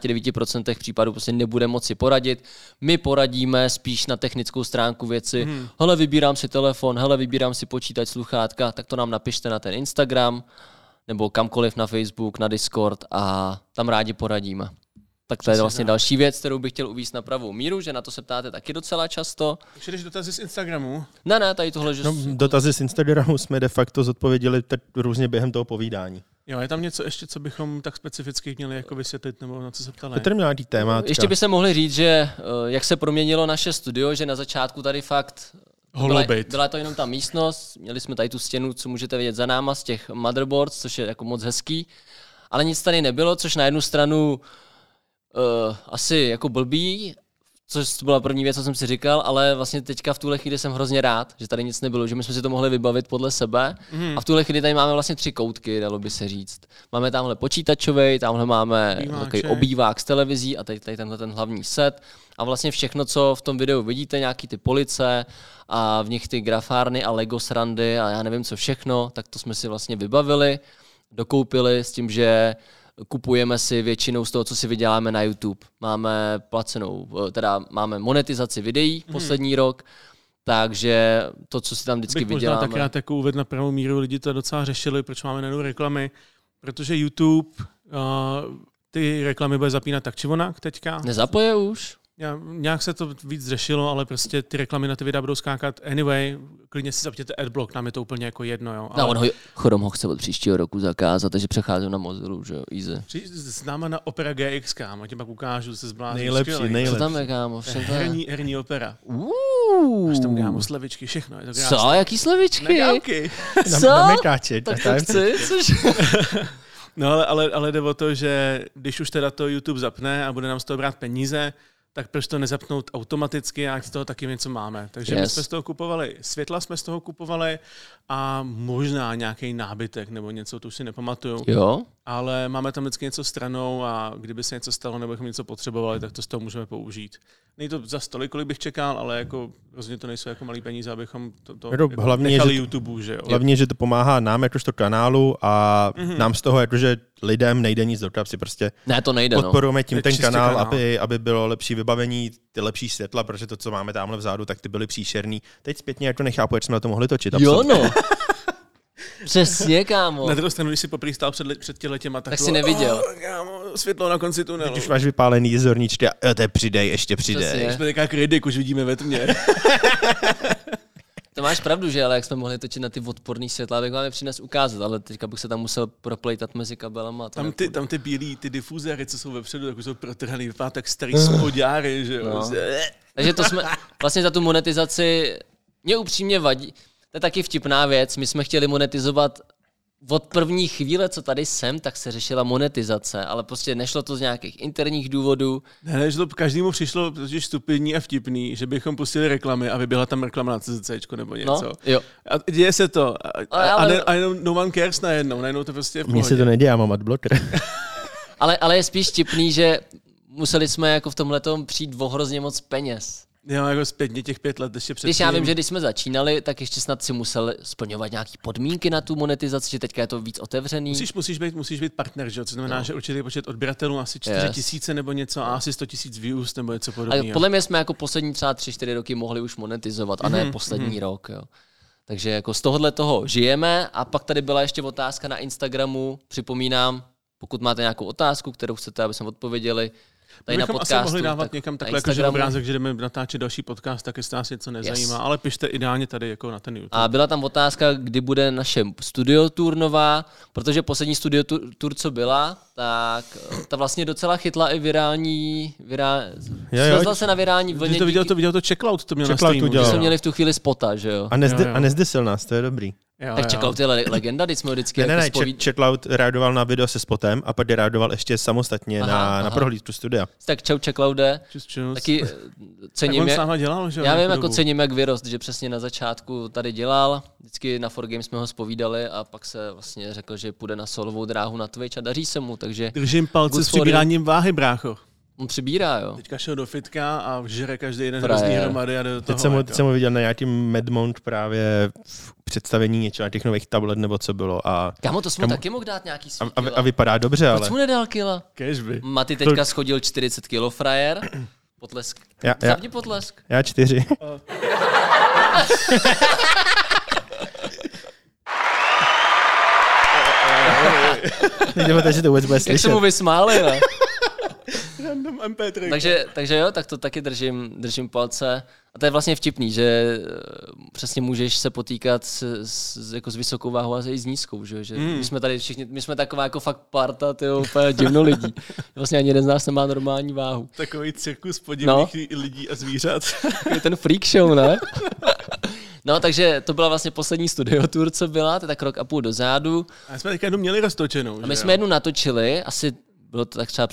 A: 99% případů prostě nebudeme moci poradit. My poradíme spíš na technickou stránku věci. Hele, vybírám si telefon, hele, vybírám si počítač, sluchátka, tak to nám napište na ten Instagram nebo kamkoliv na Facebook, na Discord a tam rádi poradíme. Tak to je vlastně další věc, kterou bych chtěl uvést na pravou míru, že na to se ptáte taky docela často.
B: Už jdeš dotazy z Instagramu?
A: Ne, tady tohle, že...
C: Dotazy z Instagramu jsme de facto zodpověděli různě během toho povídání.
B: Jo, je tam něco ještě, co bychom tak specificky měli jako vysvětlit, nebo na co se ptali?
C: Petr měl nějaký téma.
A: Ještě by se mohli říct, že jak se proměnilo naše studio, že na začátku tady fakt byla to jenom ta místnost, měli jsme tady tu stěnu, co můžete vidět za náma z těch motherboards, což je jako moc hezký, ale nic tady nebylo, což na jednu stranu asi jako blbý, což byla první věc, co jsem si říkal, ale vlastně teďka v tuhle chvíli jsem hrozně rád, že tady nic nebylo, že my jsme si to mohli vybavit podle sebe. A v tuhle chvíli tady máme vlastně 3 koutky, dalo by se říct. Máme tamhle počítačovej, tamhle máme takový obývák s televizí a tady tenhle ten hlavní set. A vlastně všechno, co v tom videu vidíte, nějaký ty police a v nich ty grafárny a Lego srandy a já nevím co všechno, tak to jsme si vlastně vybavili, dokoupili s tím, že kupujeme si většinou z toho, co si vyděláme na YouTube. Máme placenou, teda máme monetizaci videí poslední rok, takže to, co si tam vždycky vyděláme.
B: Možná takrát jako uvedl na pravou míru, lidi to docela řešili, proč máme najednou reklamy, protože YouTube ty reklamy bude zapínat tak či onak teďka.
A: Nezapoje už?
B: Nějak se to víc řešilo, ale prostě ty reklamy na ty videa budou skákat anyway. Klidně si zapněte adblock, nám je to úplně jako jedno. Jo. Ale...
A: No, Chrome ho chce od příštího roku zakázat, takže přecházím na Mozilla, že jo, easy.
B: S náma na Opera GX, kámo, tím pak ukážu, se zblází.
C: Nejlepší.
A: Co tam je, kámo?
B: Herní opera. Až tam dáme slevičky, všechno. Je to krásné.
A: Co? Jaký slevičky?
C: Co? Na mekáče.
A: Tak to chci, což...
B: No ale jde o to, že když už teda to YouTube zapne a bude nám z toho brát peníze, tak proč to nezapnout automaticky a ať z toho taky něco máme. Takže my jsme z toho kupovali, světla jsme z toho kupovali a možná nějaký nábytek nebo něco, to už si nepamatuju.
A: Jo?
B: Ale máme tam vždycky něco stranou a kdyby se něco stalo nebo bychom něco potřebovali, tak to z toho můžeme použít. Není to za stolik, kolik bych čekal, ale jako rozhodně to nejsou jako malý peníze, abychom to jako
C: hlavně,
B: nechali YouTube, že jo.
C: Hlavně, že to pomáhá nám jakožto kanálu a nám z toho jakože lidem nejde nic do kapsy, prostě
A: ne, to nejde,
C: podporujeme tím ten kanál. Aby bylo lepší vybavení, ty lepší světla, protože to, co máme tamhle vzadu, tak ty byly příšerný. Teď zpětně jako nechápu, jak jsme na to mohli točit.
A: Jo, no. Přesně, kámo.
B: Na druhou stranu, když si poprvé stál před těma,
A: tak si neviděl.
B: Kámo, světlo na konci tunelu.
C: Teď už máš vypálený zorničky a to je přidej, ještě přidej.
B: Už jsme taková kritik, už vidíme ve tmě.
A: To máš pravdu, že, ale jak jsme mohli točit na ty odporný světla, bych vám je přines ukázat, ale teďka bych se tam musel proplejtat mezi kabelama.
B: Tam ty bílý, ty difuzéry, co jsou vepředu, tak už jsou protrhaný, vypadá tak starý spodňáry, že jo.
A: No. Takže to jsme, vlastně za tu monetizaci, mě upřímně vadí, to je taky vtipná věc, my jsme chtěli monetizovat od první chvíle, co tady jsem, tak se řešila monetizace, ale prostě nešlo to z nějakých interních důvodů.
B: Ne, že to každému přišlo totiž stupidní a vtipný, že bychom pustili reklamy a vyběhla tam reklama na CZCčko nebo něco.
A: No, jo.
B: A děje se to. A jenom no one cares najednou to prostě je v pohodě.
C: Mně se to neděje, já mám adblocker.
A: ale je spíš vtipný, že museli jsme jako v tomhletom přijít o hrozně moc peněz.
B: Jo, jako zpětně těch 5 let ještě předtím.
A: Když já vím, že když jsme začínali, tak ještě snad si musel splňovat nějaké podmínky na tu monetizaci, že teďka je to víc otevřený.
B: Musíš být partner, že? Co znamená, že určitý počet odběratelů, asi 4 000 nebo něco, a asi 100 000 views nebo něco podobného.
A: A podle mě jsme jako poslední třeba 3-4 roky mohli už monetizovat, a ne poslední rok. Jo. Takže jako z tohohle toho žijeme a pak tady byla ještě otázka na Instagramu, připomínám, pokud máte nějakou otázku, kterou chcete, aby jsme odpověděli, tady na podcastu,
B: asi mohli dávat někam takhle jako obrázek, že jdeme natáčet další podcast, tak jestli nás něco nezajímá, ale pište ideálně tady jako na ten YouTube.
A: A byla tam otázka, kdy bude naše studio tour nová, protože poslední studio tour, co byla, tak ta vlastně docela chytla i virální svezla se na virální vlně.
B: To viděl to Checkloud, to měl na streamu.
A: Že jsme měli v tu chvíli spota, že jo.
C: A nezdesil nás, to je dobrý.
A: Tak Checkloud je legenda, když jsme vždycky
C: Ne, Checkloud reagoval na video se spotem a pak reagoval ještě samostatně na prohlídku studia.
A: Tak čau Checkloude.
B: Čus.
A: Taky cením,
B: tak on sám dělal, že?
A: Já vím, jako cením, jak vyrost, že přesně na začátku tady dělal. Vždycky na 4Games jsme ho zpovídali a pak se vlastně řekl, že půjde na solovou dráhu na Twitch a daří se mu, takže...
B: Držím palce s přibíráním váhy, brácho.
A: On přibírá, jo.
B: Teďka šel do fitka a žere každý jeden hrozný hromady a do toho.
C: Teď jsem ho viděl na nějakým Medmont právě v představení něčeho na těch nových tablet nebo co bylo.
A: Kámo, to jsme taky mohl dát nějaký svůj kila.
C: A vypadá dobře, ale...
A: Proč mu nedal kila?
B: Kežby.
A: Maty teďka schodil 40 kilo, frajer. Potlesk. Zavni potlesk.
C: Já 4. Jdeme, že to vůbec bude slyšet.
A: Jak se mu vysmáli, ne?
B: Random MP3.
A: Takže jo, tak to taky držím palce. A to je vlastně vtipný, že přesně můžeš se potýkat s vysokou váhou a i s nízkou, že? My jsme tady všichni, my jsme taková jako fakt parta, tyjo, úplně divno lidí. Vlastně ani jeden z nás nemá normální váhu.
B: Takový cirkus podivných lidí a zvířat.
A: Ten freak show, ne? No, takže to byla vlastně poslední studio tour, co byla, to je tak rok a půl dozadu.
B: A jsme teďka jednu měli roztočenou.
A: A my jsme jednu natočili, asi bylo to tak třeba před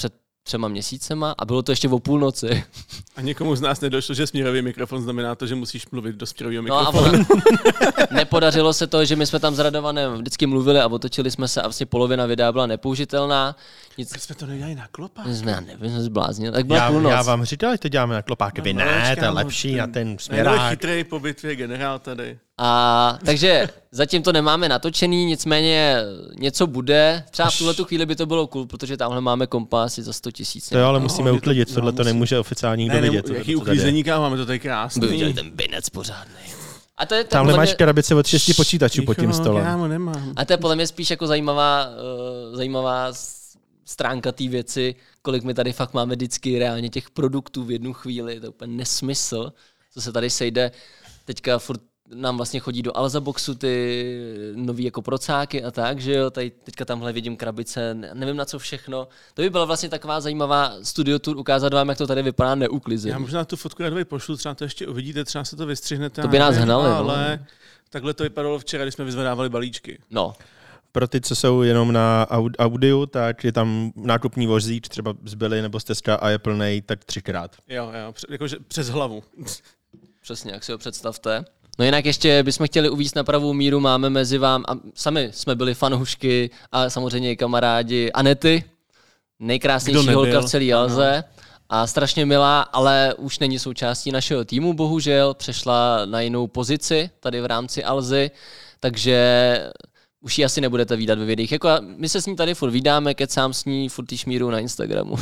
A: 3 měsícema a bylo to ještě o půlnoci.
B: A někomu z nás nedošlo, že směrový mikrofon znamená to, že musíš mluvit do směrového
A: No
B: mikrofonu.
A: a nepodařilo se to, že my jsme tam s Radovanem vždycky mluvili a otočili jsme se a vlastně polovina videa byla nepoužitelná.
B: Proč jsme to nedělali na klopách?
A: Já nevím, jsme zbláznili. Tak byla půlnoc.
C: Já vám říkal, že to děláme na klopáky. Vy ne, to je lepší na ten
B: Směrák.
C: směrák.
B: Chytrý po bitvě generál tady.
A: A takže zatím to nemáme natočený, nicméně něco bude. Třeba v tuhletu chvíli by to bylo cool, protože tamhle máme kompasy za 100 000.
C: To jo, ale musíme uklidit, tohle to
B: musím.
C: nemůže oficiálně nikdo vidět.
B: Jaký uklízení, kámo, máme to tady krásný.
A: Viděli ten binec pořádný. A to je
C: Tamhle máš krabici od 6 počítačů pod tím stolem.
B: Kámo, nemám.
A: A to je podle mě spíš jako zajímavá stránka té věci, kolik my tady fakt máme vždycky reálně těch produktů v jednu chvíli. To je úplně nesmysl, co se tady sejde. Teďka furt nám vlastně chodí do Alza Boxu ty nový jako procáky a tak, že jo, tady teďka tamhle vidím krabice, nevím na co všechno. To by byla vlastně taková zajímavá studio tour, ukázat vám, jak to tady vypadá neuklizeně.
B: Já možná tu fotku Radovi pošlu, třeba to ještě uvidíte, třeba se to vystřihnete.
A: To by nás hnali,
B: ale
A: no.
B: Takhle to vypadalo včera, když jsme vyzvedávali balíčky.
A: No.
C: Pro ty, co jsou jenom na audiu, tak je tam nákupní vozík, třeba z Billy nebo z Teska a je plnej tak 3krát.
B: Jo, jakože přes hlavu.
A: Přesně, jak si ho představte. No jinak ještě bychom chtěli uvést na pravou míru, máme mezi vám, a sami jsme byli fanoušky a samozřejmě i kamarádi Anety, nejkrásnější holka v celé Alze a strašně milá, ale už není součástí našeho týmu, bohužel, přešla na jinou pozici tady v rámci Alzy, takže už ji asi nebudete vídat ve videích. Jako my se s ní tady furt vídáme, kecám s ní, furt jí šmíru na Instagramu.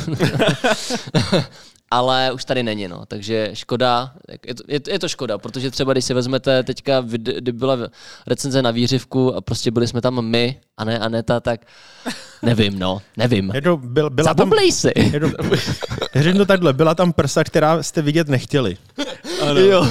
A: Ale už tady není, no, takže škoda, je to škoda, protože třeba když si vezmete teďka, kdy byla recenze na výřivku a prostě byli jsme tam my a ne Aneta, tak nevím.
C: Zabublej
A: si.
C: Řeknu to takhle, byla tam prsa, která jste vidět nechtěli.
B: Ano.
A: Jo.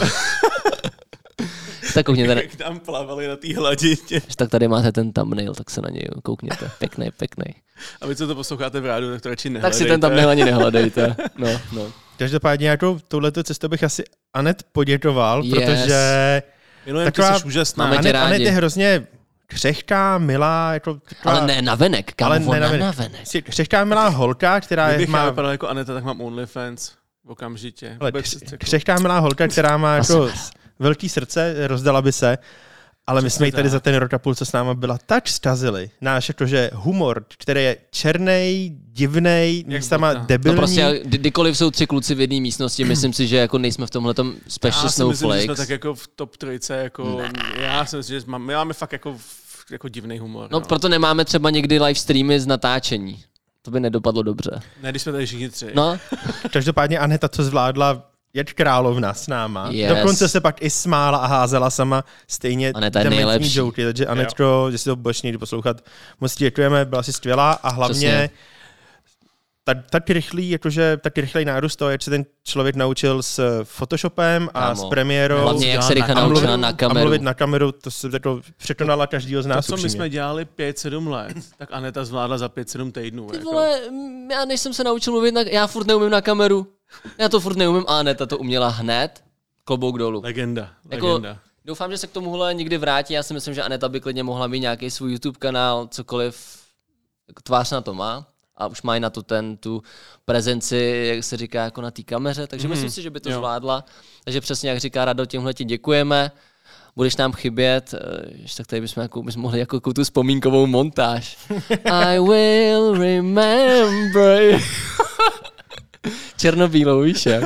A: Tak koukněte.
B: Jak tam plavali na té hladině.
A: Tak tady máte ten thumbnail, tak se na něj koukněte. Pěkný.
B: A vy, co to posloucháte v rádiu, tak to radši nehledejte.
A: Tak si ten thumbnail ani nehledejte. No.
C: Každopádně jako touhleto cestou bych asi Anet poděkoval, protože
B: taková, jsi úžasná.
C: Anet je hrozně křehká, milá, jako taková,
A: ale ne navenek, kámo, navenek.
C: Křehká, milá holka, která
B: Kdybych
C: má...
B: já vypadal jako Aneta, tak mám OnlyFans okamžitě.
C: Křehká, milá holka, která má jako velký srdce, rozdala by se, ale my jsme ji tady za ten rok a půl, co s náma byla, tak zkazili. Náš jakože humor, který je černej, divnej, místama debilní.
A: No prostě, kdykoliv jsou 3 kluci v jedné místnosti, myslím si, že jako nejsme v tomhletom special snowflakes.
B: Já si myslím, že jsme tak jako v top 3, jako... Já si myslím, že my máme fakt jako divnej humor.
A: No, proto nemáme třeba někdy live streamy z natáčení. To by nedopadlo dobře.
B: Ne, když jsme tady všichni 3.
A: No.
C: Každopádně Aneta, co zvládla, je královna s náma.
A: Yes.
C: Dokonce se pak i smála a házela sama stejně dementní joky. Takže Anetko, jestli to budeš někdy poslouchat, moc děkujeme, byla si skvělá a hlavně tak rychlej nárůst toho, jak se ten člověk naučil s Photoshopem a s Premiérou.
A: Hlavně jak se rychle naučila na kameru.
C: A mluvit na kameru, to se jako překonala každýho z nás.
B: To, co my jsme dělali 5-7 let, tak Aneta zvládla za 5-7 týdnů.
A: Ty vole, já než jsem se naučil mluvit, já furt neumím na kameru. Já to furt neumím a Aneta to uměla hned. Klobouk dolů.
B: Legenda.
A: Doufám, že se k tomuhle někdy vrátí. Já si myslím, že Aneta by klidně mohla mít nějaký svůj YouTube kanál, cokoliv tvář na to má. A už mají na to tu prezenci, jak se říká, jako na té kameře. Takže myslím si, že by to zvládla. Takže přesně jak říká Rado, tímhle ti děkujeme. Budeš nám chybět, tak tady bychom mohli jako tu vzpomínkovou montáž. I will remember. Černobílou, víš jak?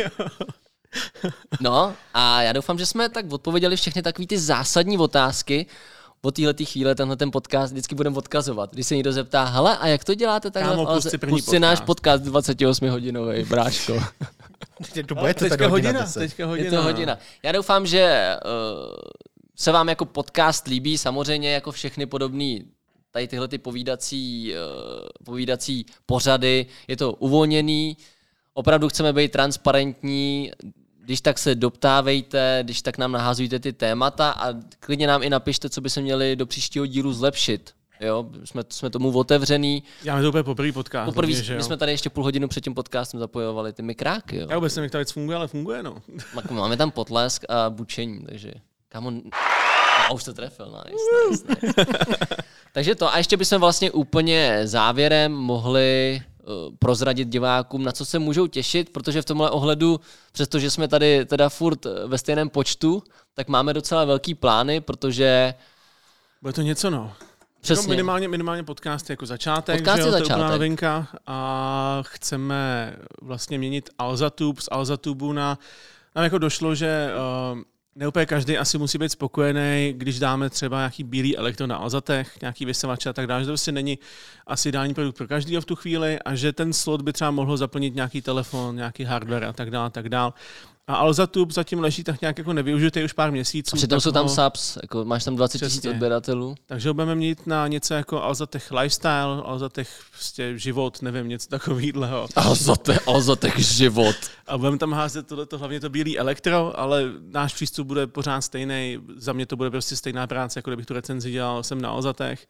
A: No a já doufám, že jsme tak odpověděli všechny takové ty zásadní otázky. Po této chvíli tenhle ten podcast vždycky budeme odkazovat. Když se někdo zeptá, hele, a jak to děláte takhle? Pust si náš podcast 28hodinový, bráško.
C: Teďka hodina.
A: Je to hodina. Já doufám, že se vám jako podcast líbí, samozřejmě jako všechny podobný tady tyhle ty povídací pořady. Je to uvolněný, opravdu chceme být transparentní, když tak se doptávejte, když tak nám naházujte ty témata a klidně nám i napište, co by se měli do příštího dílu zlepšit. Jo, jsme tomu otevřený.
B: Já to úplně poprvý podcast.
A: Poprvé jsme tady ještě půl hodinu před tím podcastem zapojovali ty mikráky. Jo.
B: Já vůbec nevím, jak ta věc funguje, ale funguje, no.
A: Máme tam potlesk a bučení, takže kámo, už to trefil, nice. Takže to a ještě bychom vlastně úplně závěrem mohli prozradit divákům, na co se můžou těšit, protože v tomhle ohledu, přestože jsme tady teda furt ve stejném počtu, tak máme docela velký plány, protože...
B: Bude to něco, no.
A: Přesně.
B: No, minimálně podcast jako začátek,
A: Podcast
B: že jo,
A: začátek.
B: To je úplná novinka a chceme vlastně měnit Alzatube. Z Alzatubu nám jako došlo, že ne úplně každý asi musí být spokojený, když dáme třeba nějaký bílý elektron na Alzatech, nějaký vysavače a tak dále, že to prostě není asi ideální produkt pro každýho v tu chvíli a že ten slot by třeba mohl zaplnit nějaký telefon, nějaký hardware a tak dále. A Alzatube zatím leží tak nějak jako nevyužitý už pár měsíců.
A: A přitom jsou tam subs, jako máš tam 20 000 odběratelů.
B: Takže ho budeme mít na něco jako Alzatech lifestyle, Alzatech prostě život, nevím, něco takového.
A: Alzatech život.
B: A budeme tam házet tohleto, hlavně to bílý elektro, ale náš přístup bude pořád stejný. Za mě to bude prostě stejná práce, jako kdybych tu recenzi dělal jsem na Alzatech.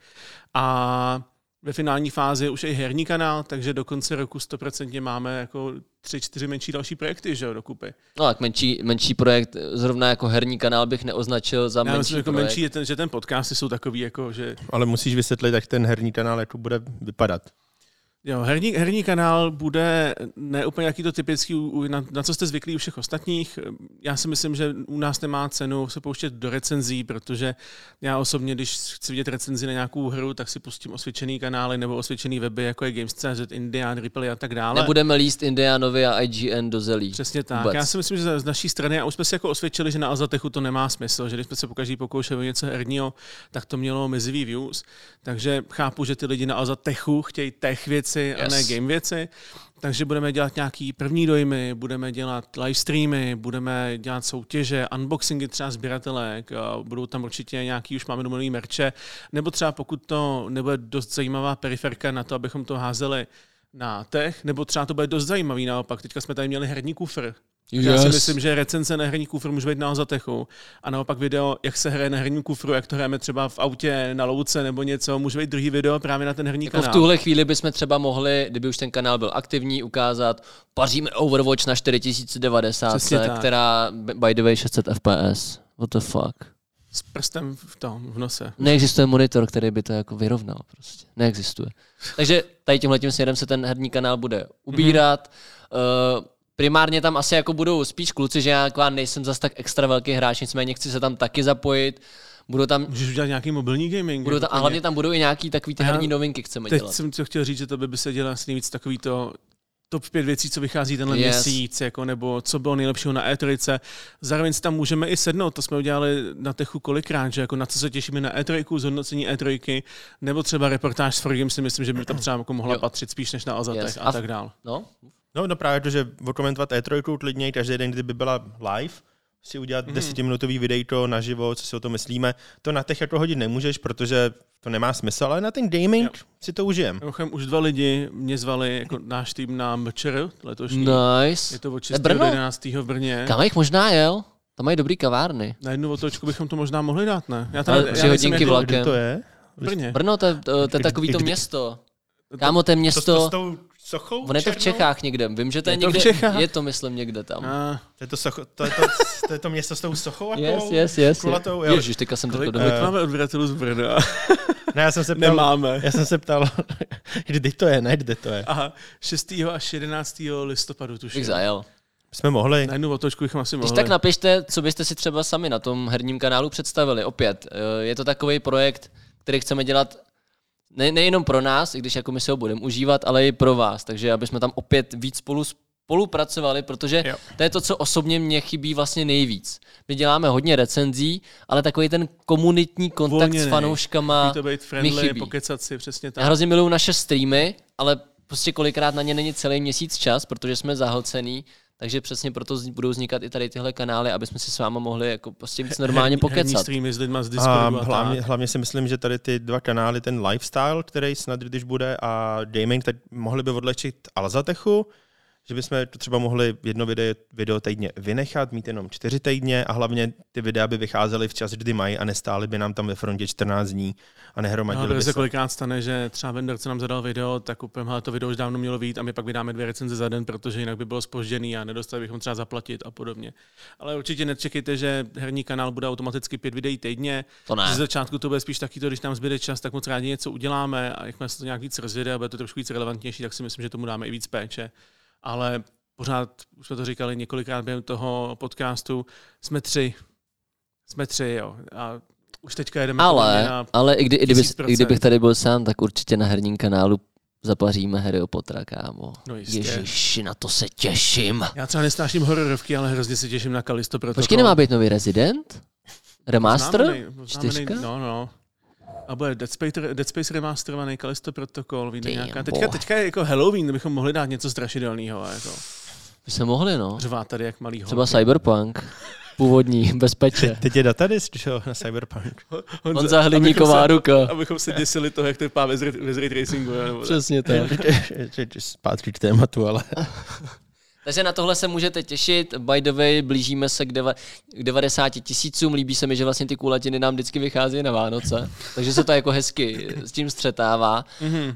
B: A ve finální fázi už je herní kanál, takže do konce roku 100% máme jako 3-4 menší další projekty, že jo, dokupy.
A: No tak menší projekt, zrovna jako herní kanál bych neoznačil za menší
B: myslím, jako
A: projekt.
B: menší je ten, že ten podcasty jsou takový jako, že...
C: Ale musíš vysvětlit, jak ten herní kanál jako bude vypadat.
B: Jo, herní kanál bude ne úplně jaký to typický, na co jste zvyklí u všech ostatních. Já si myslím, že u nás nemá cenu se pouštět do recenzí, protože já osobně, když chci vidět recenzi na nějakou hru, tak si pustím osvědčený kanály nebo osvědčený weby, jako je Games.cz, Indian, Ripley a tak dále.
A: Nebudeme líst Indianovi a IGN do zelí.
B: Přesně tak.
A: Vůbec.
B: Já si myslím, že z naší strany, a už jsme si jako osvědčili, že na Alzatechu to nemá smysl, že když jsme se pokaždý pokoušeli něco herního, tak to mělo mizivý views. Takže chápu, že ty lidi na Alzatechu chtějí tech věci a ne game věci. Takže budeme dělat nějaký první dojmy, budeme dělat livestreamy, budeme dělat soutěže, unboxingy třeba sběratelek, budou tam určitě nějaký, už máme domluvený merče, nebo třeba pokud to nebude dost zajímavá periferka na to, abychom to házeli na tech, nebo třeba to bude dost zajímavý naopak. Teďka jsme tady měli herní kufr. Yes. Já si myslím, že recenze na herní kufr může být na Alzatechu a naopak video, jak se hraje na herní kufru, jak to hrajeme třeba v autě, na louce nebo něco, může být druhý video právě na ten herní
A: jako
B: kanál.
A: V tuhle chvíli bychom třeba mohli, kdyby už ten kanál byl aktivní, ukázat, paříme Overwatch na 4090, která by the way 600 FPS. What the fuck?
B: S prstem v nose.
A: Neexistuje monitor, který by to jako vyrovnal prostě. Neexistuje. Takže tady tímhletím směrem se ten herní kanál bude ubírat. Primárně tam asi jako budou spíš kluci, že já nejsem zas tak extra velký hráč, nicméně chci se tam taky zapojit. Budou tam,
B: můžeš udělat nějaký mobilní gaming.
A: Budou tam, a hlavně tam budou i nějaký takový ty herní novinky, chceme
B: teď
A: dělat.
B: Teď jsem to chtěl říct, že to by se dělal asi nejvíc takový to top 5 věcí, co vychází tenhle měsíc, jako, nebo co bylo nejlepšího na E3. Zároveň si tam můžeme i sednout, to jsme udělali na Techu kolikrát, že jako na co se těšíme na E3, zhodnocení E3, nebo třeba reportáž s Forgem si myslím, že by tam třeba jako mohla patřit spíš než na Alzatech a tak dál.
C: No právě to, že okomentovat E3 klidně každý den, kdyby byla live, si udělat 10minutový videjko naživo, co si o tom myslíme. To na Tech jako hodit nemůžeš, protože to nemá smysl, ale na ten gaming si to užijem.
B: Už 2 lidi mě zvali jako náš tým na MČR letošní.
A: Nice.
B: Je to od 6. do 11. v Brně.
A: Kam jich možná jel? Tam mají dobrý kavárny.
B: Na jednu otočku bychom to možná mohli dát, ne? Já
A: 3 hodinky vlakem.
C: Kde to je?
B: V Brně.
A: Brno, to je takový to město. Kámo, to je město...
C: Sochou?
A: On je to v Čechách někde. Vím, že to je někde. Je to, myslím, někde tam.
C: To je to město s tou sochou?
A: Yes.
C: Kulatou,
A: Ježiš, teďka jsem to
B: Kolik máme odběratelů z Brna?
C: Ne, já jsem se ptal.
B: Nemáme.
C: Já jsem se ptal, kde to je.
B: Aha, 6. až 11. listopadu tuším.
A: Bych zajel.
C: Jsme mohli.
B: Na jednu otočku bychom asi mohli.
A: Když tak napište, co byste si třeba sami na tom herním kanálu představili. Opět, je to takový projekt, který chceme dělat nejenom pro nás, i když jako my si ho budeme užívat, ale i pro vás. Takže aby jsme tam opět víc spolupracovali, protože to je to, co osobně mě chybí vlastně nejvíc. My děláme hodně recenzí, ale takový ten komunitní kontakt s fanouškama
B: to být friendly, mi chybí. Pokecat si, přesně tak.
A: Já hrozně miluju naše streamy, ale prostě kolikrát na ně není celý měsíc čas, protože jsme zahlcený. Takže přesně proto budou vznikat i tady tyhle kanály, aby jsme si s váma mohli jako prostě víc normálně pokecat.
B: Streamy s lidma z Discordu
C: hlavně si myslím, že tady ty 2 kanály, ten lifestyle, který snad když bude, a gaming, tak mohli by odlečit Alzatechu, že bychom to třeba mohli jedno video týdně vynechat, mít jenom 4 týdně a hlavně ty videa by vycházely včas, kdy mají a nestály by nám tam ve frontě 14 dní a nehromadili by se.
B: Kolikrát stane, že třeba vendor, co nám zadal video, tak úplně, hele, to video už dávno mělo vyjít a my pak vydáme 2 recenze za den, protože jinak by bylo zpožděný a nedostali bychom třeba zaplatit a podobně. Ale určitě nečekejte, že herní kanál bude automaticky 5 videí týdně.
A: To ne.
B: Z začátku to bude spíš taky to, když nám zbyde čas, tak moc rádi něco uděláme a jakmile se to nějak víc rozjede a bude to trošku víc relevantnější, tak si myslím, že tomu dáme i víc péče. Ale pořád, už jsme to říkali několikrát během toho podcastu, jsme tři, jo. A už teďka jedeme
A: ale i kdybych tady byl sám, tak určitě na herním kanálu zapaříme Harryho Pottera, kámo.
B: No jistě.
A: Ježiši, na to se těším.
B: Já třeba nesnáším hororovky, ale hrozně se těším na Callisto Protocol.
A: Počkej, nemá být nový Resident? Remaster? 4?
B: No. A bude Dead Space remasterovaný, Callisto Protocol, vyjde nějaká. Teďka je jako Halloween, bychom mohli dát něco strašidelného. Jako.
A: By se mohli, no.
B: Řvá tady jak malý
A: třeba Cyberpunk. Původní, bez peče.
C: Teď je datadisk, že jo, na Cyberpunk.
A: Honza Hliníková ruka.
B: Abychom se děsili toho, jak to vypadá bez ray tracingu.
A: Přesně tak.
C: Zpátky k tématu, ale...
A: Takže na tohle se můžete těšit. By the way, blížíme se k 90 000. Líbí se mi, že vlastně ty kulatiny nám vždycky vychází na Vánoce. Takže se to jako hezky s tím střetává.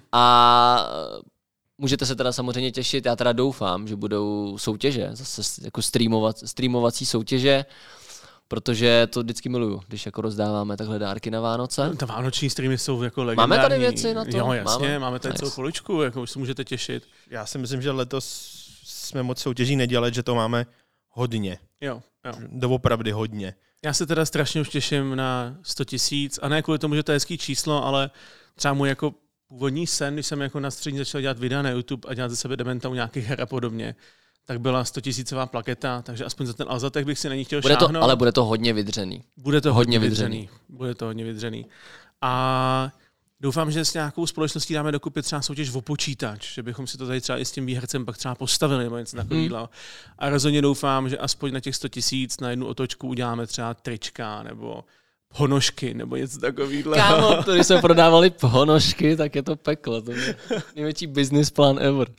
A: A můžete se teda samozřejmě těšit. Já teda doufám, že budou soutěže. Zase jako streamovací soutěže. Protože to vždycky miluju, když jako rozdáváme takhle dárky na Vánoce.
B: Ta vánoční streamy jsou jako legendární.
A: Máme tady věci na to?
B: Jo, jasně, máme tady celou poličku, jako už se můžete těšit.
C: Já si myslím, že letos jsme moc soutěží nedělat, že to máme hodně.
B: Jo.
C: Doopravdy hodně.
B: Já se teda strašně už těším na 100 000 a ne kvůli tomu, že to je hezký číslo, ale třeba můj jako původní sen, když jsem jako na střední začal dělat videa na YouTube a dělat ze sebe dementa u nějakých her a podobně, tak byla 100 000 plaketa, takže aspoň za ten Alzatek bych si na ní chtěl šáhnout.
A: Ale bude to hodně vydřený.
B: Bude to hodně vydřený. A doufám, že s nějakou společností dáme dokupit třeba soutěž o počítač, že bychom si to tady třeba i s tím výhercem pak třeba postavili nebo něco takového. A rozhodně doufám, že aspoň na těch 100 000 na jednu otočku uděláme třeba trička nebo ponožky nebo něco takového.
A: Kámo, to, když jsme prodávali ponožky, tak je to peklo. To je největší business plan ever.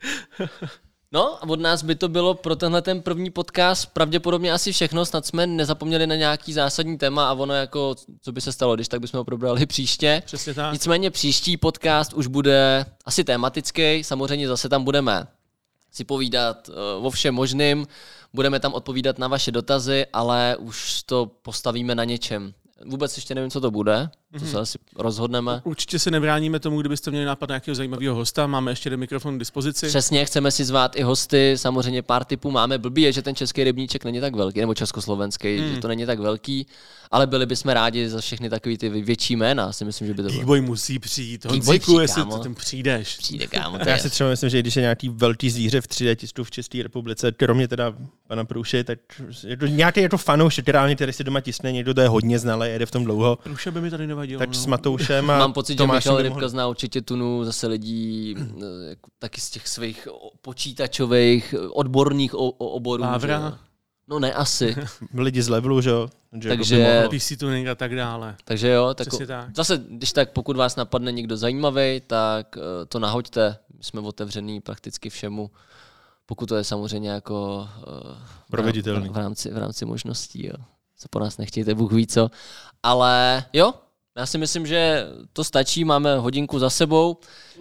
A: No a od nás by to bylo pro tenhle ten první podcast pravděpodobně asi všechno, snad jsme nezapomněli na nějaký zásadní téma a ono jako, co by se stalo, když tak bychom ho probrali příště.
B: Přesně tak.
A: Nicméně příští podcast už bude asi tematický, samozřejmě zase tam budeme si povídat o všem možným, budeme tam odpovídat na vaše dotazy, ale už to postavíme na něčem. Vůbec ještě nevím, co to bude, to se asi rozhodneme.
B: Určitě se nebráníme tomu, kdybyste měli nápad na nějakého zajímavého hosta, máme ještě jeden mikrofon k dispozici.
A: Přesně, chceme si zvát i hosty, samozřejmě pár typů máme. Blbý je, že ten český rybníček není tak velký, nebo československý, že to není tak velký, ale byli bychom rádi za všechny takový ty větší jména, si myslím, že by to bylo.
B: Geekboy musí přijít, Honzíku, jestli tam přijdeš.
A: Přijde, kámo.
C: Já si třeba myslím, že když je nějaký velký zvíře v 3D tisku v České republice, kromě teda pana Průše, tak je to fanoušek, který si doma tiskne, někdo to je hodně znalý, jede v tom dlouho.
B: Průše by mi tady nevadilo.
C: Tak s Matoušem a
A: mám pocit, že Michal Rybka zná určitě tunu zase lidí taky z těch svých počítačových odborných oborů.
B: Vávra.
A: No ne, asi.
C: Lidi z levelu, že jo?
A: Takže
B: PC tuning a tak dále.
A: Takže jo, tak
B: tak.
A: Zase, když tak, pokud vás napadne někdo zajímavý, tak to nahoďte. My jsme otevřený prakticky všemu, pokud to je samozřejmě jako
C: proveditelný.
A: V rámci možností, jo. Co po nás nechtějte, Bůh ví co. Ale jo, já si myslím, že to stačí, máme hodinku za sebou,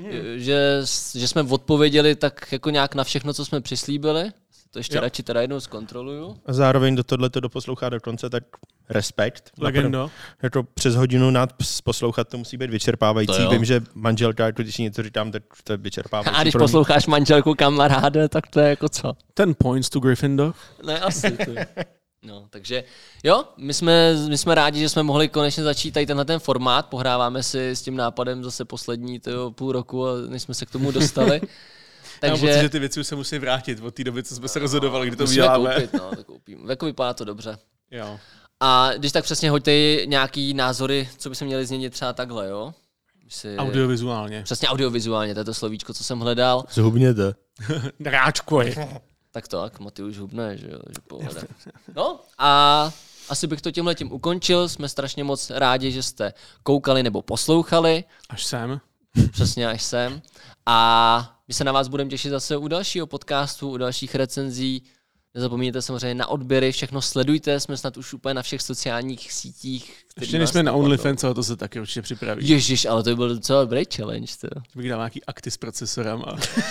A: že jsme odpověděli tak jako nějak na všechno, co jsme přislíbili. To ještě radši teda jednou zkontroluju.
C: A zároveň do tohleto doposlouchá do konce, tak respekt.
B: Legendo.
C: Jako přes hodinu nad poslouchat to musí být vyčerpávající. Vím, že manželka, když něco říkám, tak to je vyčerpávající.
A: A když posloucháš manželku kamaráde, tak to je jako co?
B: 10 points to Gryffindor.
A: Ne, asi. No, takže jo, my jsme rádi, že jsme mohli konečně začít tady tenhle ten formát. Pohráváme si s tím nápadem zase poslední půl roku, než jsme se k tomu dostali.
B: Takže... Já mám pocit, že ty věci už se musí vrátit od té doby, co jsme se rozhodovali, kdy to uděláme.
A: To koupím. Jako vypadá to dobře.
B: Jo.
A: A když tak přesně hoďte nějaký názory, co by se měli změnit třeba takhle, jo?
B: Audiovizuálně.
A: Přesně audiovizuálně, to je to slovíčko, co jsem hledal.
C: Zhubněte.
B: Dráčkoj.
A: Tak, Maty už hubne, že jo, že pohoda. No a asi bych to tímhletím ukončil. Jsme strašně moc rádi, že jste koukali nebo poslouchali.
B: Až sem.
A: přesně až sem. A my se na vás budeme těšit zase u dalšího podcastu, u dalších recenzí. Nezapomeňte samozřejmě na odběry, všechno sledujte, jsme snad už úplně na všech sociálních sítích.
B: Ještě nejsme na OnlyFans, ale to se taky určitě připraví.
A: Ježiš, ale to by byl docela dobrý challenge.
B: Bych dal nějaký akty s procesorama.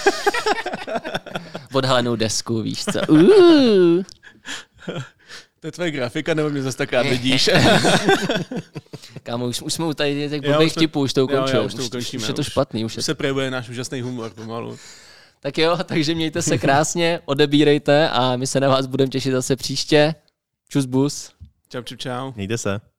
A: Odhalenou desku, víš co.
B: To je tvoje grafika, nebo mě zase tak rád vidíš?
A: Kámo, už jsme u tady těch blbých tipů, už to ukončil. Už je to špatný. Už
B: se projevuje náš úžasný humor pomalu.
A: Tak jo, takže mějte se krásně, odebírejte a my se na vás budeme těšit zase příště. Čus bus.
B: Čau.
C: Mějte se.